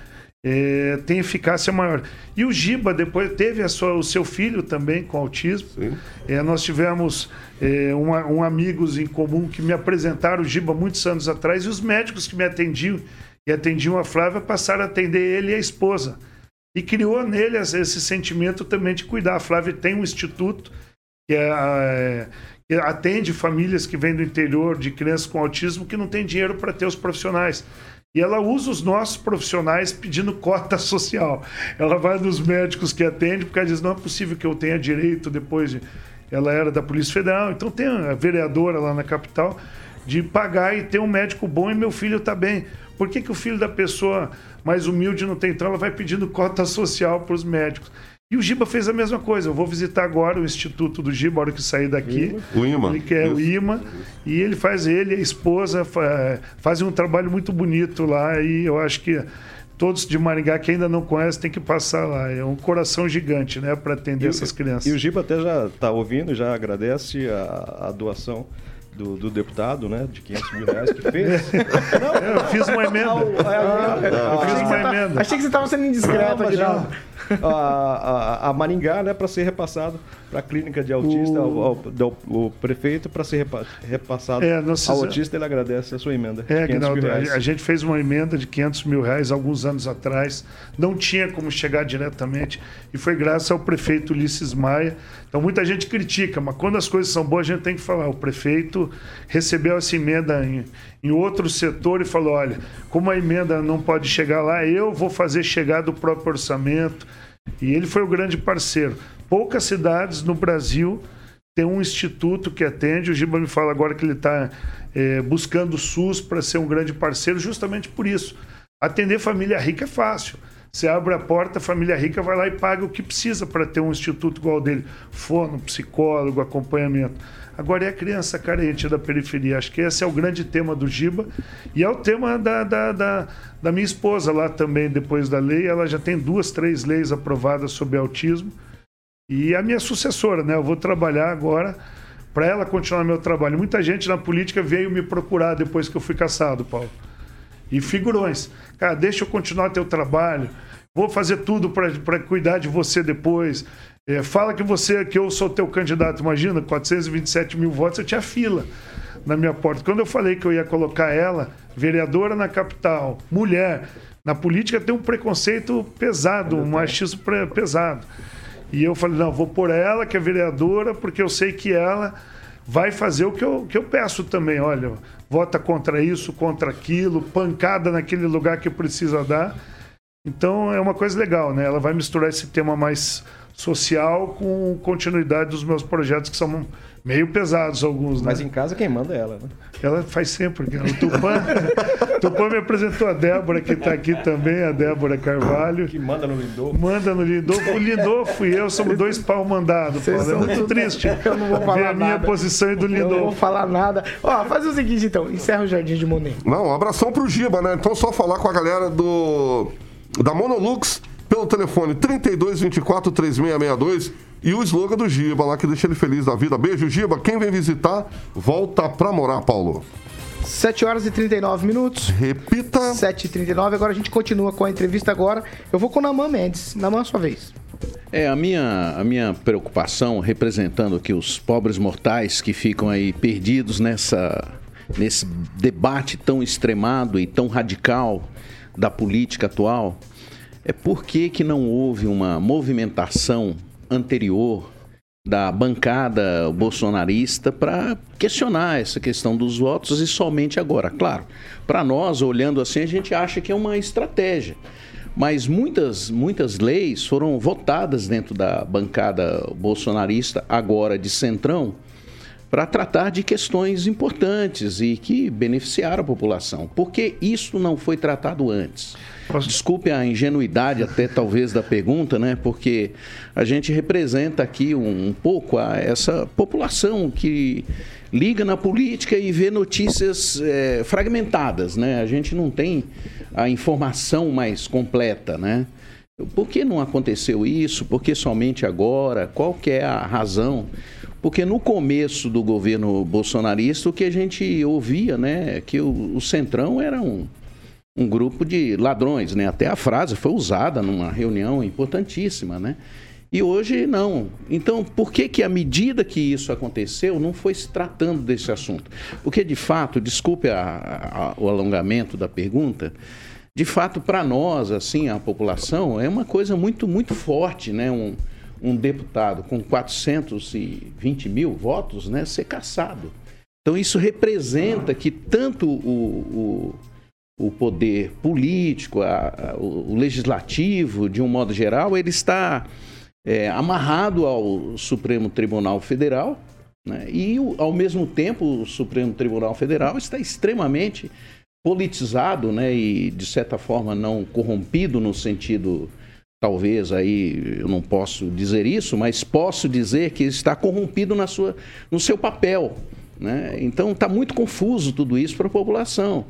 é, tem eficácia maior. E o Giba depois teve a sua, o seu filho também com autismo. É, nós tivemos é, um, um amigos em comum que me apresentaram o Giba muitos anos atrás, e os médicos que me atendiam e atendiam a Flávia, passaram a atender ele e a esposa. E criou nele esse sentimento também de cuidar. A Flávia tem um instituto que, é, é, que atende famílias que vêm do interior de crianças com autismo que não tem dinheiro para ter os profissionais. E ela usa os nossos profissionais pedindo cota social. Ela vai nos médicos que atende, porque ela diz, não é possível que eu tenha direito depois de... Ela era da Polícia Federal, então tem a vereadora lá na capital de pagar e ter um médico bom e meu filho está bem. Por que, que o filho da pessoa mais humilde não tem? Então ela vai pedindo cota social para os médicos. E o Giba fez a mesma coisa. Eu vou visitar agora o Instituto do Giba, a hora que sair daqui. O I M A. Ele quer o I M A. E ele faz, ele e a esposa fazem um trabalho muito bonito lá. E eu acho que todos de Maringá que ainda não conhecem tem que passar lá. É um coração gigante, né, para atender e, essas crianças. E o Giba até já está ouvindo, já agradece a, a doação Do, do deputado, né, de quinhentos mil reais que fez. Não, eu fiz uma emenda. Eu fiz uma emenda. Achei que você estava sendo indiscreto aqui, não. a, a, a Maringá, né, para ser repassado para a clínica de autista, o, ao, ao, ao, ao prefeito, para ser repa, repassado é, ao autista. Ele agradece a sua emenda. É, Aguinaldo, a gente fez uma emenda de quinhentos mil reais alguns anos atrás. Não tinha como chegar diretamente e foi graças ao prefeito Ulisses Maia. Então muita gente critica, mas quando as coisas são boas a gente tem que falar. O prefeito recebeu essa emenda em, em outro setor e falou, olha, como a emenda não pode chegar lá, eu vou fazer chegar do próprio orçamento. E ele foi o grande parceiro. Poucas cidades no Brasil têm um instituto que atende. O Giba me fala agora que ele está é, buscando o SUS para ser um grande parceiro justamente por isso. Atender família rica é fácil. Você abre a porta, a família rica vai lá e paga o que precisa para ter um instituto igual ao dele. Fono, psicólogo, acompanhamento. Agora é a criança carente da periferia. Acho que esse é o grande tema do Giba. E é o tema da, da, da, da minha esposa lá também, depois da lei. Ela já tem duas, três leis aprovadas sobre autismo. E a minha sucessora, né? Eu vou trabalhar agora para ela continuar meu trabalho. Muita gente na política veio me procurar depois que eu fui cassado, Paulo. E figurões. Cara, deixa eu continuar teu trabalho. Vou fazer tudo para cuidar de você depois. É, fala que você, que eu sou teu candidato. Imagina, quatrocentos e vinte e sete mil votos, eu tinha fila na minha porta. Quando eu falei que eu ia colocar ela, vereadora na capital, mulher, na política tem um preconceito pesado, um machismo pesado. E eu falei, não, vou pôr ela, que é vereadora, porque eu sei que ela vai fazer o que eu, que eu peço também. Olha, vota contra isso, contra aquilo, pancada naquele lugar que precisa dar. Então é uma coisa legal, né? Ela vai misturar esse tema mais social com continuidade dos meus projetos, que são meio pesados alguns, né? Mas em casa quem manda é ela, né? Ela faz sempre. O Tupã, Tupã me apresentou a Débora, que está aqui também, a Débora Carvalho. Que manda no Lindolfo. Manda no Lindolfo. O Lindolfo e eu somos dois pau mandados. É muito triste. Eu não vou falar ver a minha nada. posição e do Lindolfo. Eu não vou falar nada. Ó, faz o seguinte então, encerra o Jardim de Monet. Não, um abração pro Giba, né? Então só falar com a galera do da Monolux pelo telefone trinta e dois, vinte e quatro, trinta e seis sessenta e dois e o slogan do Giba lá que deixa ele feliz da vida. Beijo, Giba. Quem vem visitar, volta pra morar, Paulo. sete horas e trinta e nove minutos. Repita. sete e trinta e nove. Agora a gente continua com a entrevista agora. Eu vou com o Naman Mendes. Naman, sua vez. É, a minha, a minha preocupação, representando aqui os pobres mortais que ficam aí perdidos nessa, nesse debate tão extremado e tão radical da política atual, é por que que não houve uma movimentação anterior da bancada bolsonarista para questionar essa questão dos votos e somente agora. Claro, para nós, olhando assim, a gente acha que é uma estratégia, mas muitas, muitas leis foram votadas dentro da bancada bolsonarista, agora de centrão, para tratar de questões importantes e que beneficiaram a população. Por que isso não foi tratado antes? Desculpe a ingenuidade até talvez da pergunta, né? Porque a gente representa aqui um, um pouco a essa população que liga na política e vê notícias é, fragmentadas, né? A gente não tem a informação mais completa, né? Por que não aconteceu isso? Por que somente agora? Qual que é a razão? Porque no começo do governo bolsonarista, o que a gente ouvia, né, é que o, o Centrão era um, um grupo de ladrões, né? Até a frase foi usada numa reunião importantíssima, né? E hoje não. Então, por que que à medida que isso aconteceu, não foi se tratando desse assunto? Porque, de fato, desculpe a, a, o alongamento da pergunta, de fato, para nós, assim, a população, é uma coisa muito, muito forte, né? Um, um deputado com quatrocentos e vinte mil votos, né, ser cassado. Então isso representa que tanto o, o, o poder político, a, a, o legislativo, de um modo geral, ele está é, amarrado ao Supremo Tribunal Federal, né, e ao mesmo tempo o Supremo Tribunal Federal está extremamente politizado, né, e de certa forma não corrompido no sentido... Talvez aí eu não posso dizer isso, mas posso dizer que está corrompido na sua, no seu papel, né? Então está muito confuso tudo isso para a população.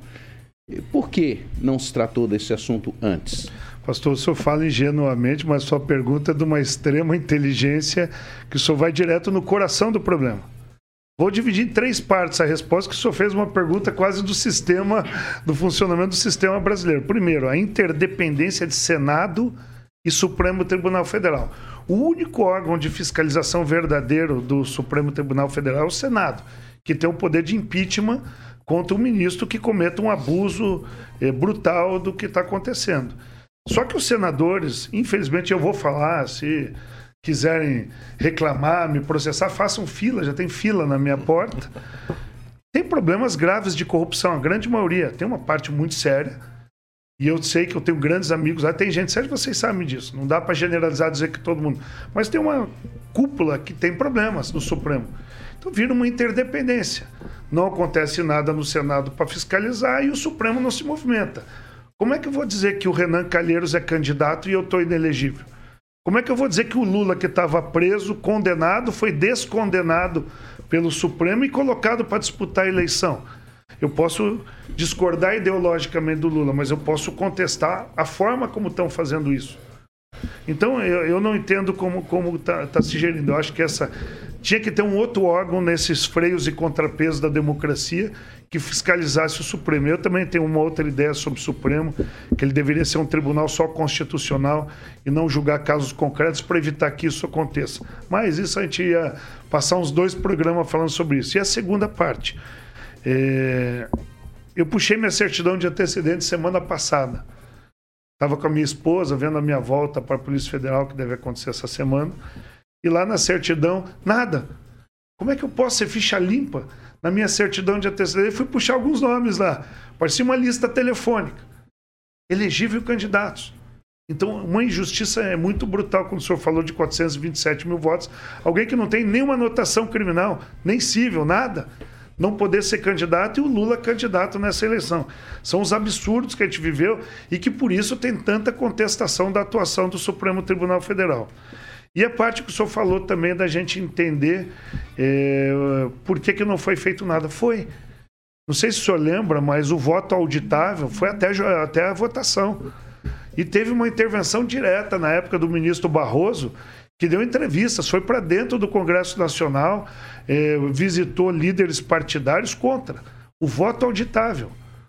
Por que não se tratou desse assunto antes? Pastor, o senhor fala ingenuamente, mas sua pergunta é de uma extrema inteligência que o senhor vai direto no coração do problema. Vou dividir em três partes a resposta, que o senhor fez uma pergunta quase do sistema, do funcionamento do sistema brasileiro. Primeiro, a interdependência de Senado e Supremo Tribunal Federal. O único órgão de fiscalização verdadeiro do Supremo Tribunal Federal é o Senado, que tem o poder de impeachment contra um ministro que cometa um abuso eh, brutal do que está acontecendo. Só que os senadores, infelizmente eu vou falar, se quiserem reclamar, me processar, façam fila, já tem fila na minha porta. Tem problemas graves de corrupção, a grande maioria. Tem uma parte muito séria, e eu sei que eu tenho grandes amigos lá, tem gente séria, vocês sabem disso, não dá para generalizar, dizer que todo mundo... Mas tem uma cúpula que tem problemas no Supremo. Então vira uma interdependência. Não acontece nada no Senado para fiscalizar e o Supremo não se movimenta. Como é que eu vou dizer que o Renan Calheiros é candidato e eu estou inelegível? Como é que eu vou dizer que o Lula, que estava preso, condenado, foi descondenado pelo Supremo e colocado para disputar a eleição? Eu posso discordar ideologicamente do Lula, mas eu posso contestar a forma como estão fazendo isso. Então, eu, eu não entendo como como está tá se gerindo. Eu acho que essa tinha que ter um outro órgão nesses freios e contrapesos da democracia que fiscalizasse o Supremo. Eu também tenho uma outra ideia sobre o Supremo, que ele deveria ser um tribunal só constitucional e não julgar casos concretos para evitar que isso aconteça. Mas isso a gente ia passar uns dois programas falando sobre isso. E a segunda parte, é... eu puxei minha certidão de antecedente semana passada. Estava com a minha esposa vendo a minha volta para a Polícia Federal, que deve acontecer essa semana. E lá na certidão, nada. Como é que eu posso ser ficha limpa? Na minha certidão de antecedente, eu fui puxar alguns nomes lá. Parecia uma lista telefônica. Elegível candidatos. Então, uma injustiça é muito brutal quando o senhor falou de quatrocentos e vinte e sete mil votos. Alguém que não tem nenhuma anotação criminal, nem civil, nada, não poder ser candidato e o Lula candidato nessa eleição. São os absurdos que a gente viveu e que por isso tem tanta contestação da atuação do Supremo Tribunal Federal. E a parte que o senhor falou também da gente entender é, por que, que não foi feito nada. Foi. Não sei se o senhor lembra, mas o voto auditável foi até, até a votação. E teve uma intervenção direta na época do ministro Barroso, que deu entrevistas, foi para dentro do Congresso Nacional, é, visitou líderes partidários contra o voto auditável.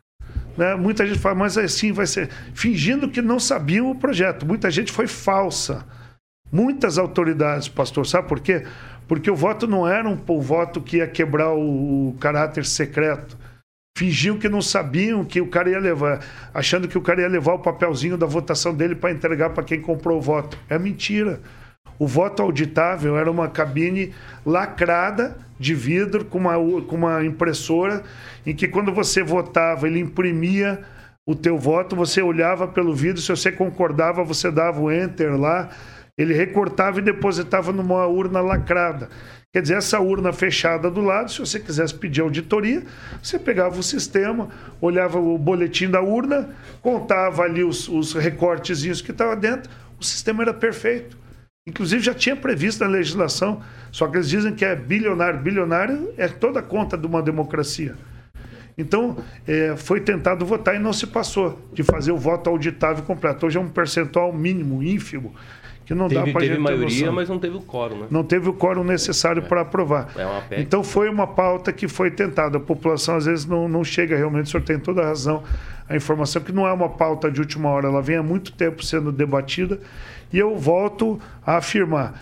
Né? Muita gente fala, mas assim vai ser... Fingindo que não sabiam o projeto. Muita gente foi falsa. Muitas autoridades, pastor, sabe por quê? Porque o voto não era um, um voto que ia quebrar o, o caráter secreto. Fingiam que não sabiam que o cara ia levar, achando que o cara ia levar o papelzinho da votação dele para entregar para quem comprou o voto. É mentira. O voto auditável era uma cabine lacrada de vidro com uma, com uma impressora em que quando você votava, ele imprimia o teu voto, você olhava pelo vidro, se você concordava, você dava o enter lá, ele recortava e depositava numa urna lacrada. Quer dizer, essa urna fechada do lado, se você quisesse pedir auditoria, você pegava o sistema, olhava o boletim da urna, contava ali os, os recortezinhos que estavam dentro, o sistema era perfeito. Inclusive já tinha previsto na legislação, só que eles dizem que é bilionário. Bilionário é toda a conta de uma democracia. Então, é, foi tentado votar e não se passou de fazer o voto auditável completo. Hoje é um percentual mínimo, ínfimo, que não teve, dá para a gente ter noção. Teve maioria, mas não teve o quórum, né? Não teve o quórum necessário é. para aprovar. É uma P E C. Então, foi uma pauta que foi tentada. A população, às vezes, não, não chega realmente, o senhor tem toda a razão, a informação que não é uma pauta de última hora, ela vem há muito tempo sendo debatida. E eu volto a afirmar,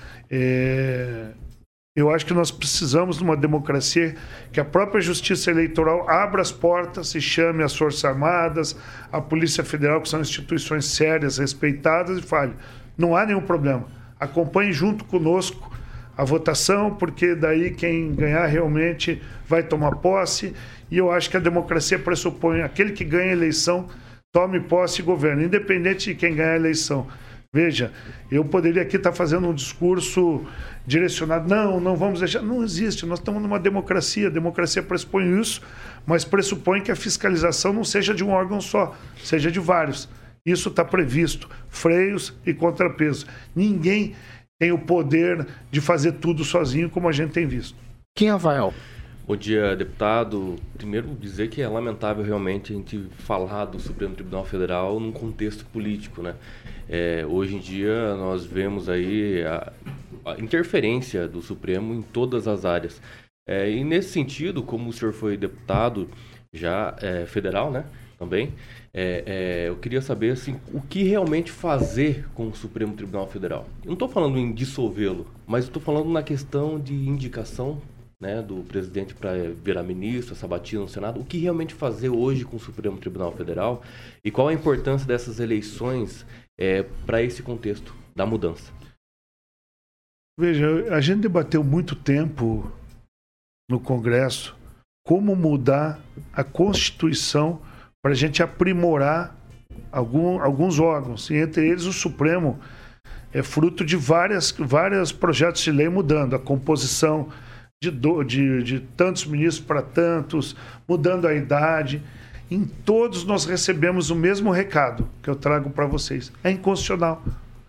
é... eu acho que nós precisamos de uma democracia que a própria Justiça Eleitoral abra as portas e chame as Forças Armadas, a Polícia Federal, que são instituições sérias, respeitadas, e fale, não há nenhum problema. Acompanhe junto conosco a votação, porque daí quem ganhar realmente vai tomar posse. E eu acho que a democracia pressupõe aquele que ganha a eleição tome posse e governe, independente de quem ganhar a eleição. Veja, eu poderia aqui estar fazendo um discurso direcionado, não, não vamos deixar, não existe, nós estamos numa democracia, a democracia pressupõe isso, mas pressupõe que a fiscalização não seja de um órgão só, seja de vários. Isso está previsto, freios e contrapesos. Ninguém tem o poder de fazer tudo sozinho, como a gente tem visto. Kim Rafael. Bom dia, deputado. Primeiro, dizer que é lamentável realmente a gente falar do Supremo Tribunal Federal num contexto político, né? É, hoje em dia nós vemos aí a, a interferência do Supremo em todas as áreas. É, e nesse sentido, como o senhor foi deputado já é, federal, né? também. É, é, eu queria saber assim, o que realmente fazer com o Supremo Tribunal Federal. Eu não estou falando em dissolvê-lo, mas estou falando na questão de indicação, né, do presidente para virar ministro, essa batida no Senado. O que realmente fazer hoje com o Supremo Tribunal Federal e qual a importância dessas eleições é, para esse contexto da mudança? Veja, a gente debateu muito tempo no Congresso como mudar a Constituição para a gente aprimorar algum, alguns órgãos, e entre eles o Supremo é fruto de várias, vários projetos de lei mudando a composição de, do, de, de tantos ministros para tantos, mudando a idade. Em todos nós recebemos o mesmo recado que eu trago para vocês. É inconstitucional.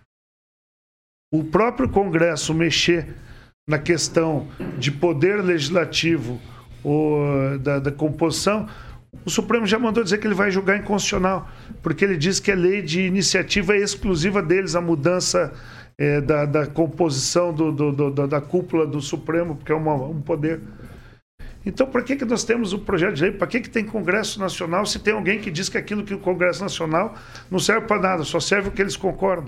O próprio Congresso mexer na questão de poder legislativo ou da, da composição, o Supremo já mandou dizer que ele vai julgar inconstitucional, porque ele diz que é lei de iniciativa exclusiva deles, a mudança é, da, da composição do, do, do, da cúpula do Supremo, porque é uma, um poder. Então, para que, que nós temos o projeto de lei? Para que, que tem Congresso Nacional se tem alguém que diz que aquilo que o Congresso Nacional não serve para nada, só serve o que eles concordam?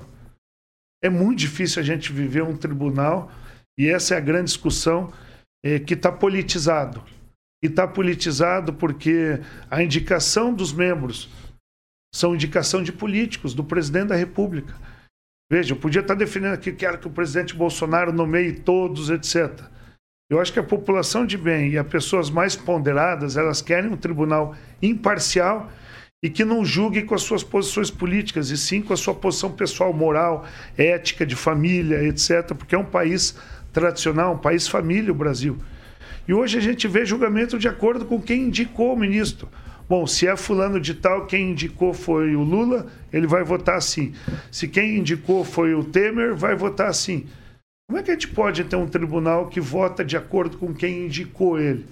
É muito difícil a gente viver um tribunal, e essa é a grande discussão, é, que está politizado. E está politizado porque a indicação dos membros são indicação de políticos, do presidente da República. Veja, eu podia estar defendendo aqui que quero que o presidente Bolsonaro nomeie todos, etcétera. Eu acho que a população de bem e as pessoas mais ponderadas, elas querem um tribunal imparcial e que não julgue com as suas posições políticas, e sim com a sua posição pessoal, moral, ética, de família, etcétera. Porque é um país tradicional, um país família, o Brasil. E hoje a gente vê julgamento de acordo com quem indicou o ministro. Bom, se é fulano de tal, quem indicou foi o Lula, ele vai votar assim. Se quem indicou foi o Temer, vai votar assim. Como é que a gente pode ter um tribunal que vota de acordo com quem indicou ele?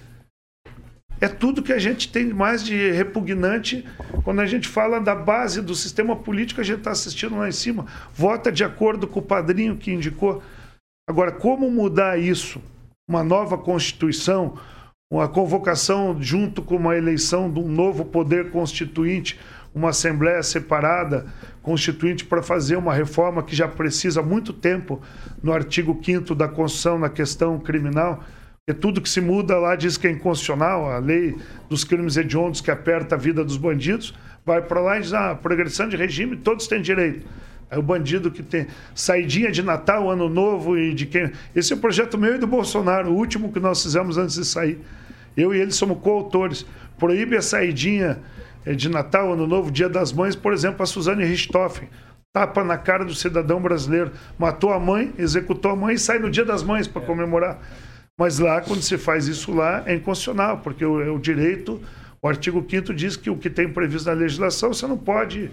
É tudo que a gente tem mais de repugnante quando a gente fala da base do sistema político, a gente está assistindo lá em cima. Vota de acordo com o padrinho que indicou. Agora, como mudar isso? Uma nova Constituição, uma convocação junto com uma eleição de um novo poder constituinte, uma Assembleia separada, constituinte, para fazer uma reforma que já precisa há muito tempo no artigo quinto da Constituição, na questão criminal, porque tudo que se muda lá diz que é inconstitucional, a lei dos crimes hediondos que aperta a vida dos bandidos, vai para lá e diz, ah, progressão de regime, todos têm direito. Aí o bandido que tem saidinha de Natal, Ano Novo e de quem... Esse é o projeto meu e do Bolsonaro, o último que nós fizemos antes de sair. Eu e ele somos coautores. Proíbe a saidinha de Natal, Ano Novo, Dia das Mães, por exemplo, a Suzane Richthofen. Tapa na cara do cidadão brasileiro. Matou a mãe, executou a mãe e sai no Dia das Mães para comemorar. Mas lá, quando se faz isso lá, é inconstitucional, porque o, o direito, o artigo quinto diz que o que tem previsto na legislação, você não pode...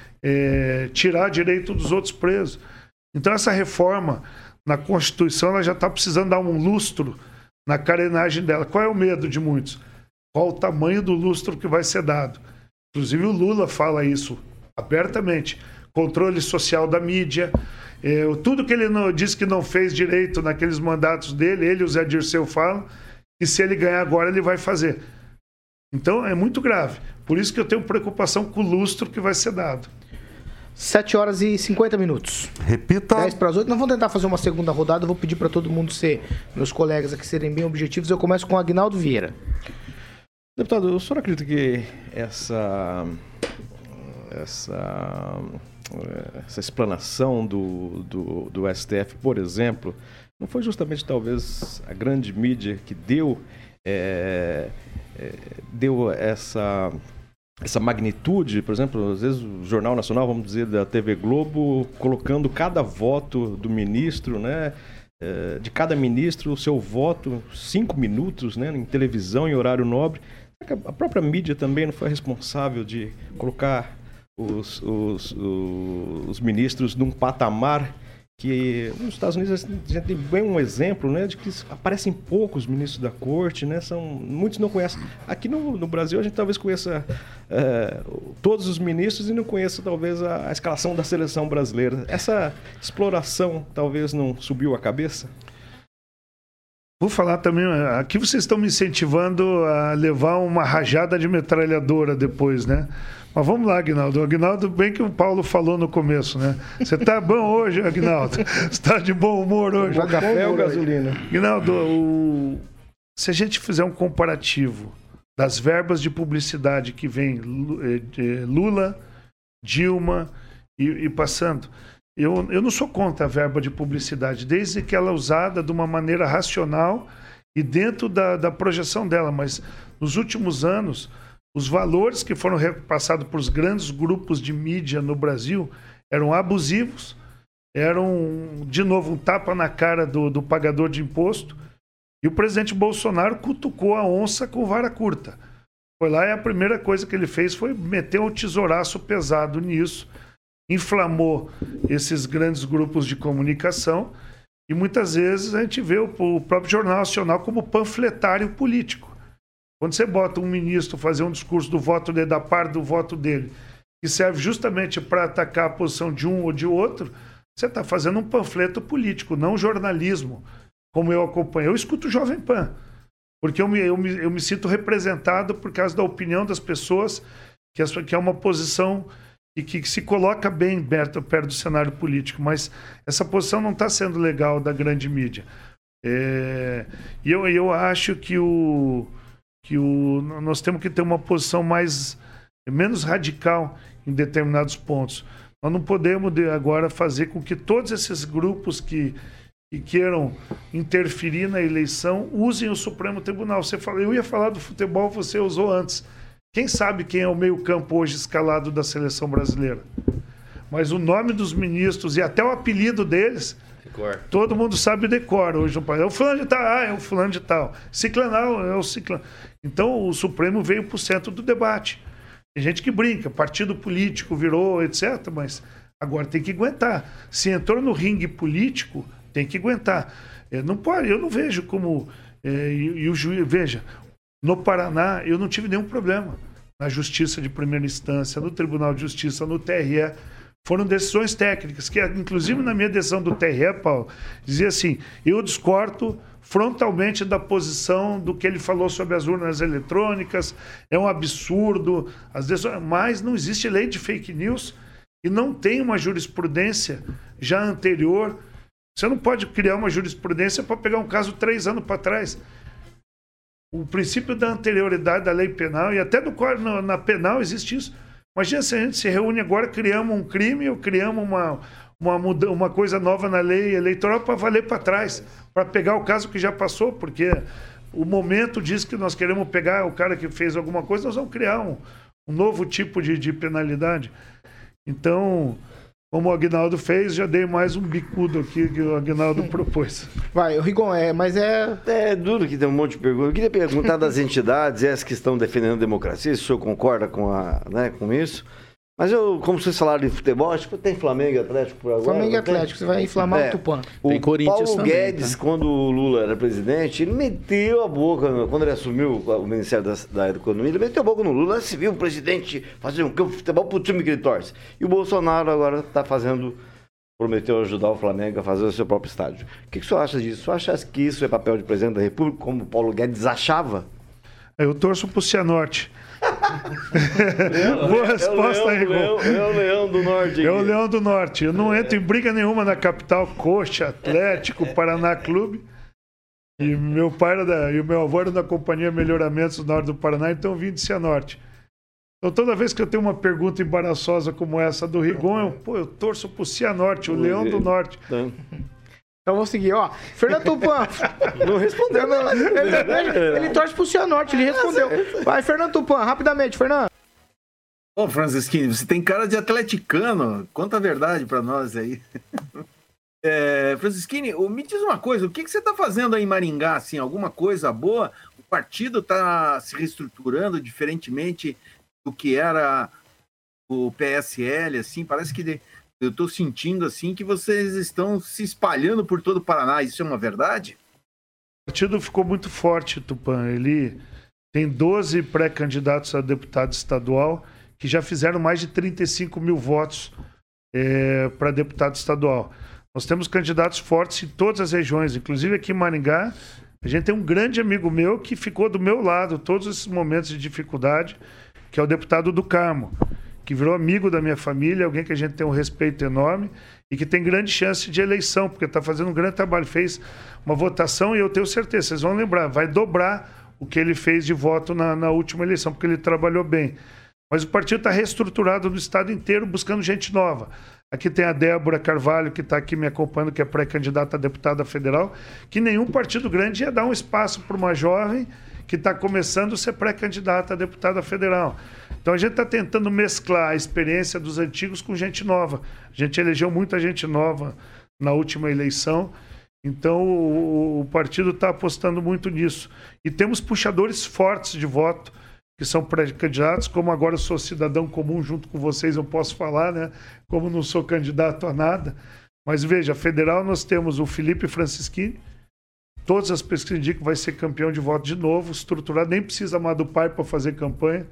É, tirar direito dos outros presos. Então essa reforma na Constituição, ela já está precisando dar um lustro na carenagem dela. Qual é o medo de muitos? Qual o tamanho do lustro que vai ser dado? Inclusive o Lula fala isso abertamente. Controle social da mídia, é, tudo que ele não, diz que não fez direito naqueles mandatos dele, ele e o Zé Dirceu falam, e se ele ganhar agora ele vai fazer. Então é muito grave. Por isso que eu tenho preocupação com o lustro que vai ser dado. sete horas e cinquenta minutos. Repita. dez para as oito. Nós vamos tentar fazer uma segunda rodada. Eu vou pedir para todo mundo ser, meus colegas aqui, serem bem objetivos. Eu começo com o Aguinaldo Vieira. Deputado, o senhor acredita que essa, essa, essa explanação do, do, do S T F, por exemplo, não foi justamente talvez a grande mídia que deu, é, é, deu essa... essa magnitude, por exemplo, às vezes o Jornal Nacional, vamos dizer, da T V Globo, colocando cada voto do ministro, né, de cada ministro, o seu voto, cinco minutos, né, em televisão, em horário nobre. A própria mídia também não foi responsável de colocar os, os, os, os ministros num patamar que nos Estados Unidos a gente tem bem um exemplo, né, de que aparecem poucos ministros da corte, né, são, muitos não conhecem. Aqui no, no Brasil a gente talvez conheça é, todos os ministros e não conheça talvez a, a escalação da seleção brasileira. Essa exploração talvez não subiu a cabeça? Vou falar também, aqui vocês estão me incentivando a levar uma rajada de metralhadora depois, né? Mas vamos lá, Aguinaldo. Aguinaldo, bem que o Paulo falou no começo, né? Você tá bom hoje, Aguinaldo? Você tá de bom humor hoje? Bom café ou gasolina? Aguinaldo, o... se a gente fizer um comparativo das verbas de publicidade que vem Lula, Dilma e, e passando... Eu, eu não sou contra a verba de publicidade, desde que ela é usada de uma maneira racional e dentro da, da projeção dela. Mas nos últimos anos, os valores que foram repassados por os grandes grupos de mídia no Brasil eram abusivos, eram, de novo, um tapa na cara do, do pagador de imposto. E o presidente Bolsonaro cutucou a onça com vara curta. Foi lá e a primeira coisa que ele fez foi meter um tesouraço pesado nisso. Inflamou esses grandes grupos de comunicação e muitas vezes a gente vê o, o próprio Jornal Nacional como panfletário político. Quando você bota um ministro fazer um discurso do voto dele, da parte do voto dele, que serve justamente para atacar a posição de um ou de outro, você está fazendo um panfleto político, não jornalismo, como eu acompanho. Eu escuto o Jovem Pan, porque eu me, eu me, eu me sinto representado por causa da opinião das pessoas, que é, que é uma posição... e que se coloca bem perto, perto do cenário político, mas essa posição não está sendo legal da grande mídia. É, e eu, eu acho que, o, que o, nós temos que ter uma posição mais, menos radical em determinados pontos. Nós não podemos agora fazer com que todos esses grupos que, que queiram interferir na eleição usem o Supremo Tribunal. Você fala, eu ia falar do futebol, você usou antes. Quem sabe quem é o meio-campo hoje escalado da seleção brasileira? Mas o nome dos ministros e até o apelido deles, decor. Todo mundo sabe decora hoje no país. É o fulano de tal, ah, é o fulano de tal. Ciclanal é o ciclano. Então o Supremo veio para o centro do debate. Tem gente que brinca, partido político virou, etcétera. Mas agora tem que aguentar. Se entrou no ringue político, tem que aguentar. É, não pode, eu não vejo como... É, e, e o juiz, veja... No Paraná, eu não tive nenhum problema. Na Justiça de Primeira Instância, no Tribunal de Justiça, no T R E. Foram decisões técnicas, que inclusive na minha decisão do T R E, Paulo, dizia assim, eu discordo frontalmente da posição do que ele falou sobre as urnas eletrônicas, é um absurdo, as decisões, mas não existe lei de fake news e não tem uma jurisprudência já anterior. Você não pode criar uma jurisprudência para pegar um caso três anos para trás. O princípio da anterioridade da lei penal, e até do na, na penal existe isso. Imagina se a gente se reúne agora, criamos um crime ou criamos uma, uma, uma coisa nova na lei eleitoral para valer para trás, para pegar o caso que já passou, porque o momento diz que nós queremos pegar o cara que fez alguma coisa, nós vamos criar um, um novo tipo de, de penalidade. Então... Como o Aguinaldo fez, já dei mais um bicudo aqui que o Aguinaldo propôs. Vai, o Rigon, é, mas é... É duro que tem um monte de perguntas. Eu queria perguntar das entidades, essas que estão defendendo a democracia, se o senhor concorda com, a, né, com isso. Mas eu, como vocês falaram de futebol, acho que tem Flamengo e Atlético por agora. Flamengo e Atlético, você vai inflamar é, o Tupã. O tem Corinthians Paulo também, Guedes, tá? Quando o Lula era presidente, ele meteu a boca, quando ele assumiu o Ministério da, da Economia, ele meteu a boca no Lula. Se viu o presidente fazer um campo de futebol pro time que ele torce. E o Bolsonaro agora está fazendo, prometeu ajudar o Flamengo a fazer o seu próprio estádio. O que, que o senhor acha disso? O senhor acha que isso é papel de presidente da República, como o Paulo Guedes achava? Eu torço pro Cianorte. Boa resposta aí, Rigon. É o Leão do Norte. É o Leão do Norte. Eu não entro em briga nenhuma na capital, Coxa, Atlético, Paraná Clube. E meu pai era da, e o meu avô era da Companhia Melhoramentos do Norte do Paraná, então eu vim de Cianorte. Então toda vez que eu tenho uma pergunta embaraçosa como essa do Rigon, eu, pô, eu torço pro Cianorte, o Leão do Norte. Então vamos seguir, ó. Fernando Tupã. Não respondeu, não. Ele, ele torce pro Cianorte, ele respondeu. Vai, Fernando Tupã, rapidamente, Fernando. Ô, Francisquinho, você tem cara de atleticano. Conta a verdade pra nós aí. É, Francisquinho, me diz uma coisa, o que, que você tá fazendo aí em Maringá, assim, alguma coisa boa? O partido tá se reestruturando diferentemente do que era o P S L, assim, parece que... De... Eu estou sentindo assim que vocês estão se espalhando por todo o Paraná. Isso é uma verdade? O partido ficou muito forte, Tupã. Ele tem doze pré-candidatos a deputado estadual que já fizeram mais de trinta e cinco mil votos é, para deputado estadual. Nós temos candidatos fortes em todas as regiões, inclusive aqui em Maringá. A gente tem um grande amigo meu que ficou do meu lado todos esses momentos de dificuldade, que é o deputado do Carmo, que virou amigo da minha família, alguém que a gente tem um respeito enorme e que tem grande chance de eleição, porque está fazendo um grande trabalho. Fez uma votação e eu tenho certeza, vocês vão lembrar, vai dobrar o que ele fez de voto na, na última eleição, porque ele trabalhou bem. Mas o partido está reestruturado no estado inteiro, buscando gente nova. Aqui tem a Débora Carvalho, que está aqui me acompanhando, que é pré-candidata a deputada federal, que nenhum partido grande ia dar um espaço para uma jovem que está começando a ser pré-candidata a deputada federal. Então a gente está tentando mesclar a experiência dos antigos com gente nova. A gente elegeu muita gente nova na última eleição, então o, o partido está apostando muito nisso. E temos puxadores fortes de voto, que são pré-candidatos, como agora eu sou cidadão comum junto com vocês, eu posso falar, né? Como não sou candidato a nada. Mas veja, federal nós temos o Felipe Francischini, todas as pesquisas indicam que vai ser campeão de voto de novo, estruturado, nem precisa amar do pai para fazer campanha.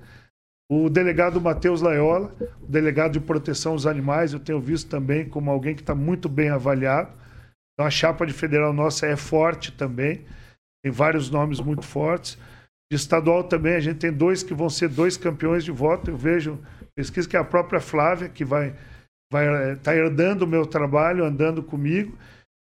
O delegado Matheus Laiola, o delegado de proteção aos animais, eu tenho visto também como alguém que está muito bem avaliado. Então a chapa de federal nossa é forte também, tem vários nomes muito fortes. De estadual também, a gente tem dois que vão ser dois campeões de voto. Eu vejo pesquisa que é a própria Flávia, que vai vai tá herdando o meu trabalho, andando comigo.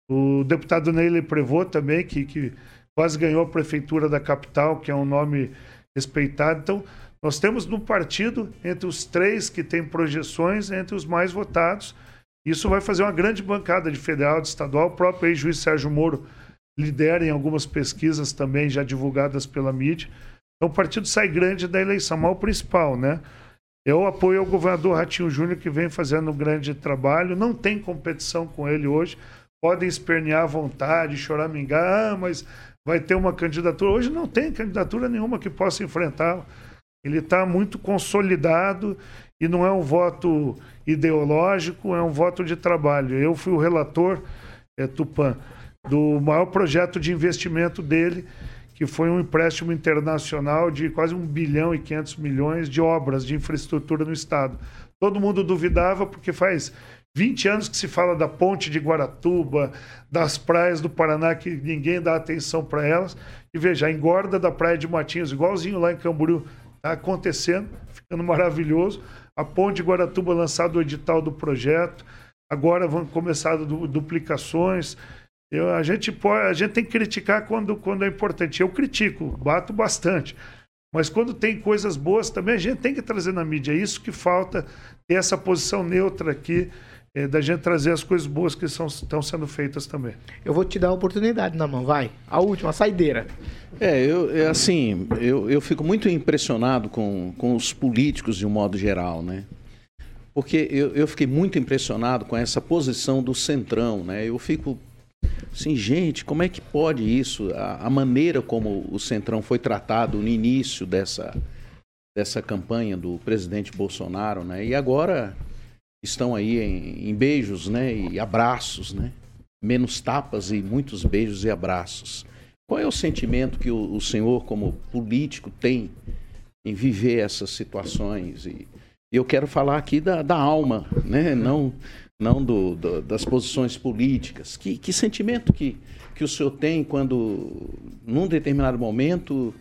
O deputado Neyley Prevot também, que, que quase ganhou a prefeitura da capital, que é um nome respeitado. Então, nós temos no partido, entre os três que têm projeções, entre os mais votados. Isso vai fazer uma grande bancada de federal, de estadual. O próprio ex-juiz Sérgio Moro lidera em algumas pesquisas também já divulgadas pela mídia. Então o partido sai grande da eleição, mas o principal, né? Eu apoio o governador Ratinho Júnior, que vem fazendo um grande trabalho, não tem competição com ele hoje, podem espernear à vontade, choramingar, ah, mas vai ter uma candidatura. Hoje não tem candidatura nenhuma que possa enfrentá-lo. Ele está muito consolidado e não é um voto ideológico, é um voto de trabalho. Eu fui o relator, é, Tupã, do maior projeto de investimento dele, que foi um empréstimo internacional de quase um bilhão e quinhentos milhões de obras de infraestrutura no estado. Todo mundo duvidava porque faz vinte anos que se fala da ponte de Guaratuba, das praias do Paraná, que ninguém dá atenção para elas. E veja, a engorda da praia de Matinhos, igualzinho lá em Camboriú, está acontecendo, ficando maravilhoso. A ponte de Guaratuba, lançado o edital do projeto, agora vão começar du- duplicações. Eu, a, gente pode, a gente tem que criticar quando, quando é importante. Eu critico, bato bastante. Mas quando tem coisas boas também, a gente tem que trazer na mídia. É isso que falta, ter essa posição neutra aqui, é, da gente trazer as coisas boas que são, estão sendo feitas também. Eu vou te dar a oportunidade na mão, vai. A última, a saideira. É, eu, é assim, eu, eu fico muito impressionado com, com os políticos de um modo geral, né? Porque eu, eu fiquei muito impressionado com essa posição do Centrão, né? Eu fico... Assim, gente, como é que pode isso? A, a maneira como o Centrão foi tratado no início dessa, dessa campanha do presidente Bolsonaro, né? E agora estão aí em, em beijos, né? E abraços, né? Menos tapas e muitos beijos e abraços. Qual é o sentimento que o, o senhor, como político, tem em viver essas situações? E, e eu quero falar aqui da, da alma, né? Não... não do, do, das posições políticas. Que, que sentimento que, que o senhor tem quando, num determinado momento,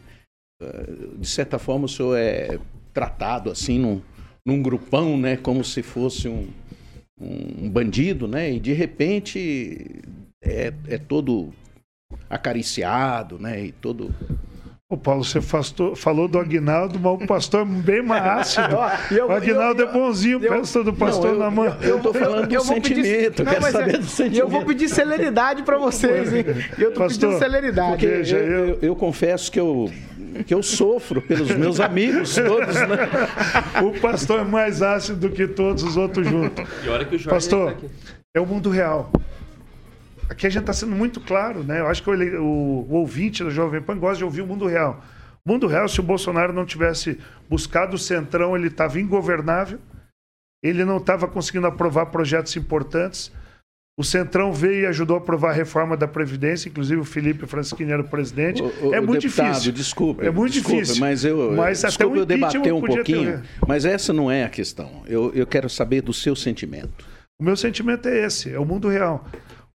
de certa forma, o senhor é tratado assim, num, num grupão, né, como se fosse um, um bandido, né, e de repente é, é todo acariciado, né, e todo... Ô Paulo, você fastou, falou do Aguinaldo, mas o pastor é bem mais ácido. O Aguinaldo é bonzinho, peça do pastor na mão. Eu estou falando do sentimento, eu quero saber é, do sentimento. E eu vou pedir celeridade para vocês, hein? Eu estou pedindo celeridade. Porque eu, eu, eu confesso que eu, que eu sofro pelos meus amigos todos, né? O pastor é mais ácido do que todos os outros juntos. E olha que o Jorge pastor, tá aqui. É o mundo real. Aqui a gente está sendo muito claro, né? Eu acho que o, o, o ouvinte da Jovem Pan gosta de ouvir o mundo real. O mundo real, se o Bolsonaro não tivesse buscado o Centrão, ele estava ingovernável, ele não estava conseguindo aprovar projetos importantes. O Centrão veio e ajudou a aprovar a reforma da Previdência, inclusive o Felipe Francischini era o presidente. O, o, é muito deputado, difícil. Desculpa, é muito desculpa, difícil. Mas eu, mas desculpa, até um eu debater um pouquinho, ter... mas essa não é a questão. Eu, eu quero saber do seu sentimento. O meu sentimento é esse, é o mundo real.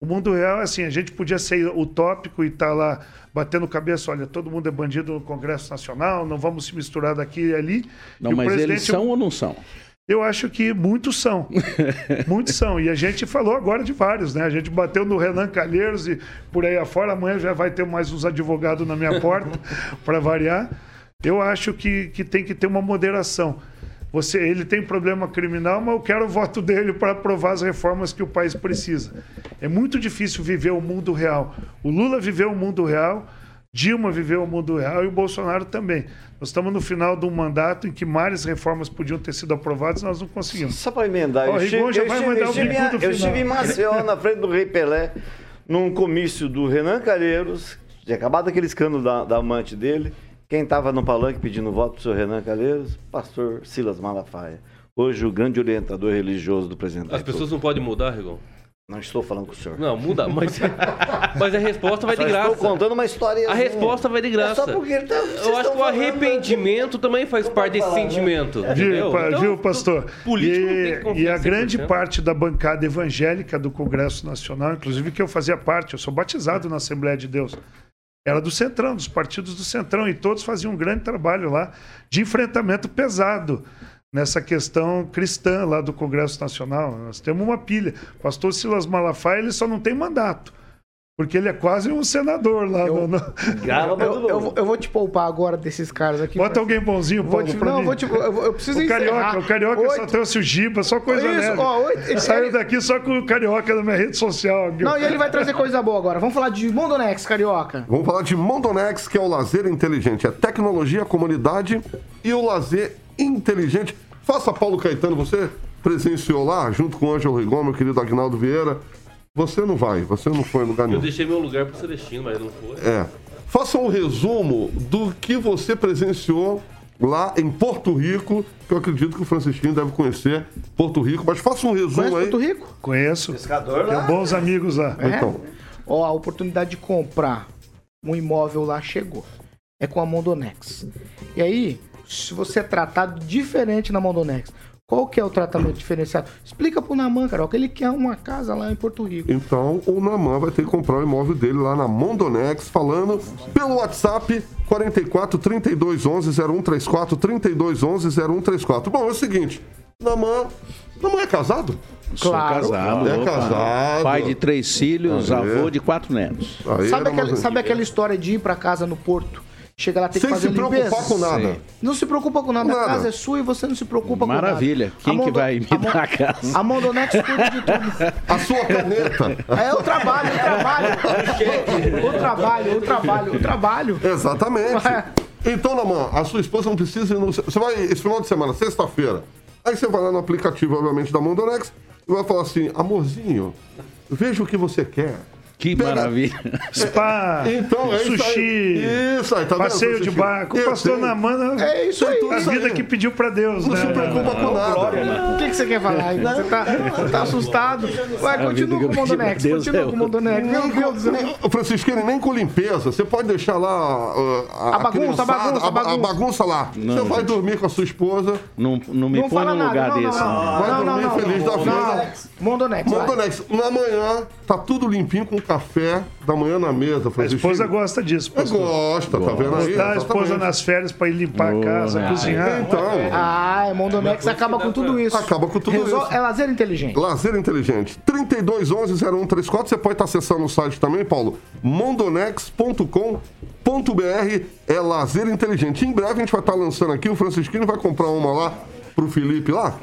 O mundo real é assim, a gente podia ser utópico e estar tá lá batendo cabeça, olha, todo mundo é bandido no Congresso Nacional, não vamos se misturar daqui e ali. Não, e mas presidente... eles são ou não são? Eu acho que muitos são. Muitos são. E a gente falou agora de vários, né? A gente bateu no Renan Calheiros e por aí afora. Amanhã já vai ter mais uns advogados na minha porta, para variar. Eu acho que, que tem que ter uma moderação. Você, ele tem problema criminal, mas eu quero o voto dele para aprovar as reformas que o país precisa. É muito difícil viver o mundo real. O Lula viveu o mundo real, Dilma viveu o mundo real e o Bolsonaro também. Nós estamos no final de um mandato em que várias reformas podiam ter sido aprovadas e nós não conseguimos. Só para emendar, o Rigon já vai mandar o bicudo final. Eu estive em Maceió, na frente do Rei Pelé, num comício do Renan Calheiros, tinha acabado aquele escândalo da, da amante dele. Quem estava no palanque pedindo voto para o senhor Renan Calheiros? Pastor Silas Malafaia. Hoje o grande orientador religioso do presidente. As pessoas não podem mudar, Rigon? Não estou falando com o senhor. Não, muda, mas, mas a resposta vai Só de graça. Estou contando uma história. A resposta vai de graça. É só porque tá, eu acho que o arrependimento também faz parte desse falar, sentimento. Né? Viu, então, viu, pastor? Político e, não tem que confiar e a grande cem por cento. parte da bancada evangélica do Congresso Nacional, inclusive que eu fazia parte, eu sou batizado na Assembleia de Deus, era do Centrão, dos partidos do Centrão, e todos faziam um grande trabalho lá de enfrentamento pesado nessa questão cristã lá do Congresso Nacional. Nós temos uma pilha. O pastor Silas Malafaia, ele só não tem mandato, porque ele é quase um senador lá. Eu, no, no... eu, eu, eu, eu vou te poupar agora desses caras aqui. Bota alguém bonzinho, Paulo, te, pra não, mim. Vou te, eu, eu preciso o encerrar. Carioca, o Carioca Oito... só trouxe o Giba, só coisa Isso, leve. ó, oito... Ele saiu daqui só com o Carioca na minha rede social. Não, e ele vai trazer coisa boa agora. Vamos falar de Mondonex, Carioca. Vamos falar de Mondonex, que é o lazer inteligente. É tecnologia, comunidade e o lazer inteligente. Faça, Paulo Caetano, você presenciou lá, junto com o Ângelo Rigon, meu querido Agnaldo Vieira. Você não vai, você não foi em lugar nenhum. Eu deixei meu lugar pro Celestino, mas não foi. É. Faça um resumo do que você presenciou lá em Porto Rico, que eu acredito que o Francisquinho deve conhecer Porto Rico, mas faça um resumo Conhece aí. Porto Rico? Conheço. Pescador Tenho lá. bons amigos lá. É? Então. Ó, a oportunidade de comprar um imóvel lá chegou. É com a Mondonex. E aí, se você é tratado diferente na Mondonex, qual que é o tratamento diferenciado? Explica pro Naman, Carioca, ele quer uma casa lá em Porto Rico. Então, o Naman vai ter que comprar o imóvel dele lá na Mondonex, falando pelo WhatsApp quarenta e quatro, trinta e dois, onze, zero um três quatro, trinta e dois, onze, zero um três quatro. Bom, é o seguinte, Naman, Naman é casado? Claro. Sou casado. É opa. casado. Pai de três filhos, Aí. avô de quatro netos. Aí Sabe, era aquela, mais sabe antigo. aquela história de ir pra casa no Porto? Chega lá, tem Sem que fazer se limpeza? preocupar com nada. Sim. Não se preocupa com nada. Nada. A casa é sua e você não se preocupa Maravilha. com nada. Quem A que Mondo- vai me a Mon- dar a casa? A Mondonex cuida de tudo. A sua caneta. É o trabalho, o trabalho. O trabalho, o trabalho, o trabalho. Exatamente. Ué. Então, Naman, a sua esposa não precisa ir no... Você vai, esse final de semana, sexta-feira, aí você vai lá no aplicativo, obviamente, da Mondonex e vai falar assim, amorzinho, veja o que você quer. Que Pega- maravilha. Spa, Então, é isso sushi, aí. Isso aí, tá vendo, passeio de Francisquinho? barco. O Eu pastor tenho. Naman, É isso aí. a isso vida aí. que pediu pra Deus, Não né? se preocupa com nada. O que, que você quer falar aí? Você tá, você tá assustado? Ué, continua com o Mondonex. Deus Continua é com o Mondonex. Meu Deus do céu. Nem, Francisquinho, nem com limpeza. Você pode deixar lá uh, a, A bagunça, a criançada, bagunça, a a, bagunça. a bagunça lá. Não, você vai gente. dormir com a sua esposa. Não, não me Não põe fala num lugar nada. Não, desse. não, não. não. Vai Não, não, dormir não. feliz da vida. Não. Mondonex, vai. Mondonex, na manhã, tá tudo limpinho com café da manhã na mesa, A Francisquinho. esposa gosta disso, É, pastor. gosta, tá vendo aí? Botar a esposa Exatamente. nas férias pra ir limpar a casa, cozinhar. Então, Ah, é Mondonex acaba com tudo isso. Acaba com tudo Resol- isso. É lazer inteligente. lazer inteligente. trinta e dois, onze, zero um três quatro. Você pode estar acessando o site também, Paulo. mondonex ponto com ponto b r. É lazer inteligente. Em breve a gente vai estar lançando aqui. O Francisquinho vai comprar uma lá pro Felipe lá.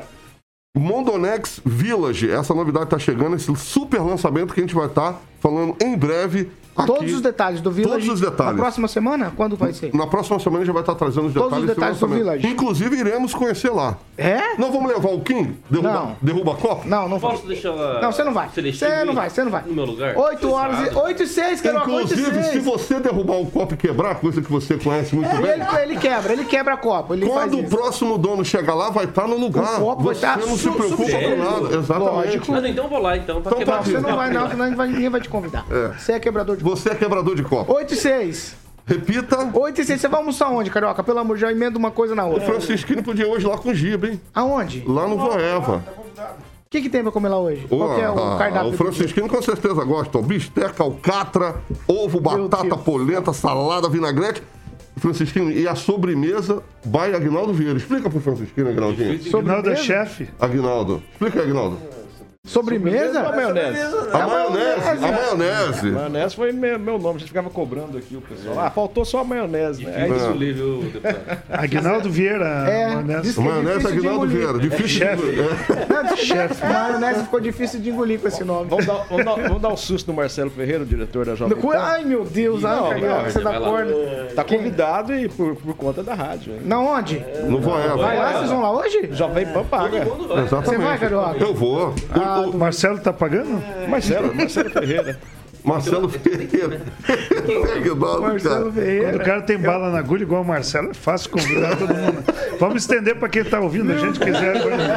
Mondonex Village. Essa novidade está chegando, esse super lançamento que a gente vai estar falando em breve aqui. Todos os detalhes do Village. Todos os detalhes. Na próxima semana? Quando vai ser? Na próxima semana a gente vai estar trazendo os Todos detalhes, os detalhes desse do lançamento. Village. Inclusive iremos conhecer lá. É? Não vamos levar o Kim? Derruba, Não. derruba a Copa? Não, não vai. Posso deixar ela... Não, você não vai. Celestino Você não ir vai, você não vai. No meu lugar? oito horas e... oito e seis, Carioca, oito e Inclusive, se seis. você derrubar o copo e quebrar, coisa que você conhece muito bem, Ele, ele quebra, ele quebra a copa. Ele quando faz o isso. próximo dono chegar lá, vai estar no lugar. O copo vai Você estar não se su- preocupa com substituído. nada. Exatamente. Lógico. Ah, então eu vou lá, então. Pra Então quebrar tá Não, você aqui. não vai não, senão ninguém vai- ninguém vai te convidar. É. Você é quebrador de copa. Você é quebrador de copo. oito e seis. Repita. oito e seis. Você vai almoçar onde, Carioca? Pelo amor de Deus, já emenda uma coisa na O outra. Francisquinho podia ir hoje lá com o Giba, hein? Aonde? Lá no Voeva. O que, que tem pra comer lá hoje? Qual que é o Ah, cardápio? o Francisquinho com certeza gosta. Ó, bisteca, alcatra, ovo, batata, polenta, salada, vinagrete. Francisquinho, e a sobremesa by Aguinaldo Vieira. Explica pro Francisquinho, Aguinaldinho. Aguinaldo é chefe. Aguinaldo. Explica aí, Aguinaldo. Sobremesa? A maionese. A maionese. A maionese. A maionese foi meu, meu nome, a gente ficava cobrando aqui o pessoal. Ah, faltou só a maionese, né? É isso. Aguinaldo Vieira. É, maionese. diz que é Maionese difícil de Aguinaldo engolir. Vieira. Difícil de chefe. engolir. Não, diz que chefe. Maionese ficou difícil de engolir com esse nome. Vamos dar, vamos, dar, vamos dar um susto no Marcelo Ferreira, o diretor da Jovem Pan. Ai, meu Deus, Não, ai, não, cara, você dá corda. Tá convidado e por, por conta da rádio. Hein? Na onde? No Voeva. Vai lá, vocês vão lá hoje? Jovem Pan paga. Exatamente. Você vai, Carioca? Eu vou. Ah, O Marcelo tá pagando? Marcelo, Marcelo Ferreira. Marcelo Ferreira. Aguinaldo, Marcelo cara. Ferreira. Quando o cara tem bala na agulha igual o Marcelo, é fácil convidar todo mundo. Vamos estender para quem tá ouvindo, a gente quiser.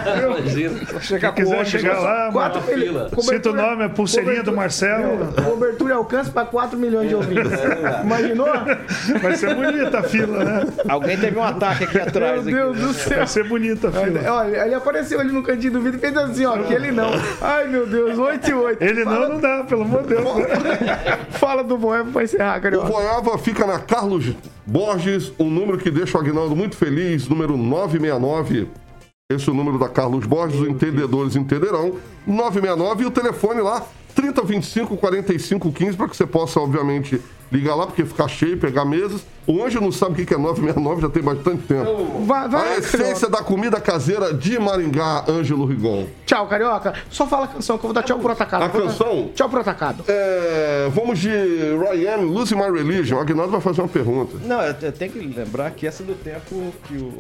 Chegar Quem quiser chegar lá, Quatro mano, fila. cita o nome, a pulseirinha do Marcelo. Cobertura e alcance para quatro milhões de ouvintes. Imaginou? Vai ser bonita a fila, né? Alguém teve um ataque aqui atrás. Meu aqui. Deus do céu. Vai ser bonita a fila. Olha, ele apareceu ali no cantinho do vídeo e fez assim, ó, que ele não. Ai, meu Deus, oito e oito. Ele não, não dá, pelo amor de Deus. Fala do Voeva pra encerrar, O Carioca. Voeva fica na Carlos Borges, um número que deixa o Aguinaldo muito feliz, número nove seis nove. Esse é o número da Carlos Borges, os entendedores entenderão. nove seis nove e o telefone lá, trinta, vinte e cinco, quarenta e cinco, quinze, para que você possa, obviamente, ligar lá, porque ficar cheio, pegar mesas. O Anjo não sabe o que é nove seis nove, já tem bastante tempo. Vai, vai, a essência da comida caseira de Maringá, Ângelo Rigon. Tchau, Carioca. Só fala a canção que eu vou dar tchau pro atacado. A canção? Tchau pro atacado. É, vamos de Ryan, Lose My Religion. O Aguinaldo vai fazer uma pergunta. Não, eu eu tenho que lembrar que essa é do tempo que o,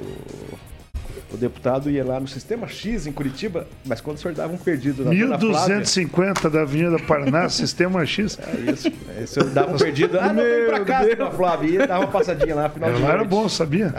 o deputado ia lá no Sistema X em Curitiba, mas quando o senhor dava um perdido na mil Dona Flávia... duzentos e cinquenta da Avenida Paraná, Sistema X. É isso. Aí o senhor dava um perdido. Ah, não, tô indo pra casa, Dona Flávia. E dava uma passadinha lá, final de Ela noite. era bom, sabia?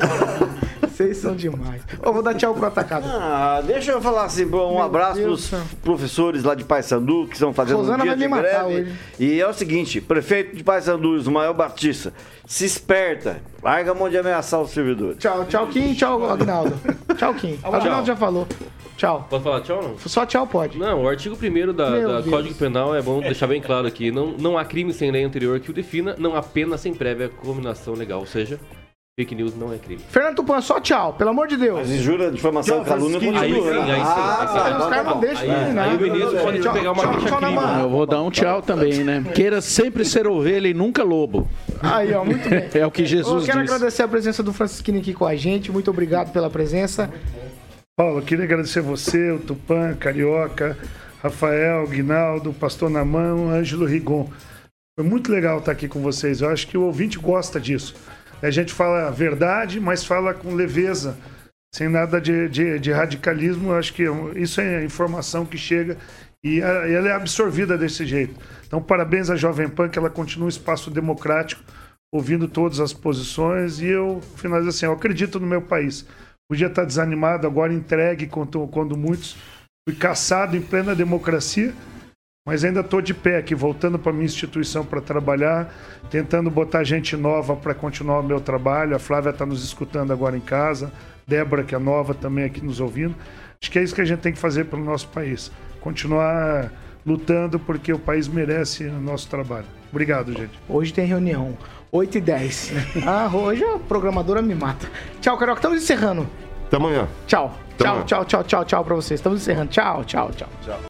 Vocês são demais. Ô, vou dar tchau pro atacado. Ah, deixa eu falar assim, um Meu abraço Deus pros do céu. professores lá de Paysandu que estão fazendo Rosana um dia vai me de matar greve. hoje. E é o seguinte, prefeito de Paysandu, Ismael Batista, se esperta, larga a mão de ameaçar os servidores. Tchau, tchau, Kim. Tchau, Aguinaldo. Tchau, Kim. Aguinaldo já falou. Tchau. Pode falar tchau ou não? Só tchau pode. Não, o artigo primeiro da, Meu da Deus. Código Penal é bom deixar bem claro aqui. Não, não há crime sem lei anterior que o defina, não há pena sem prévia combinação legal. Ou seja, fake news não é crime. Fernando Tupan, só tchau, pelo amor de Deus. Mas jura de difamação e calúnia Aí sim, continua. aí sim. Aí sim. Ah, os caras não deixam Aí, terminar. aí o ministro pode Tchau, pegar uma tchau, ficha tchau, crime. Namar. Eu vou dar um tchau também, né? Queira sempre ser ovelha e nunca lobo. Aí, ó, muito bem. É o que Jesus Eu quero diz. agradecer a presença do Francisquinho aqui com a gente. Muito obrigado pela presença. Paulo, eu queria agradecer você, o Tupã, Carioca, Rafael, Guinaldo, Pastor Namão, Ângelo Rigon. Foi muito legal estar aqui com vocês. Eu acho que o ouvinte gosta disso. A gente fala a verdade, mas fala com leveza, sem nada de, de, de radicalismo. Eu acho que isso é informação que chega e a- ela é absorvida desse jeito. Então, parabéns à Jovem Pan, que ela continua um espaço democrático, ouvindo todas as posições. E eu finalizo assim, eu acredito no meu país. Podia estar desanimado, agora entregue, quando, quando muitos. Fui caçado em plena democracia, mas ainda estou de pé aqui, voltando para a minha instituição para trabalhar, tentando botar gente nova para continuar o meu trabalho. A Flávia está nos escutando agora em casa, Débora, que é nova, também aqui nos ouvindo. Acho que é isso que a gente tem que fazer pelo nosso país. Continuar lutando porque o país merece o nosso trabalho. Obrigado, gente. Hoje tem reunião, oito e dez. Ah, hoje a programadora me mata. Tchau, Carioca. Estamos encerrando. Até amanhã. Tchau. Até Tchau, amanhã. tchau, tchau, tchau, tchau pra vocês. Estamos encerrando. Tchau, tchau, tchau.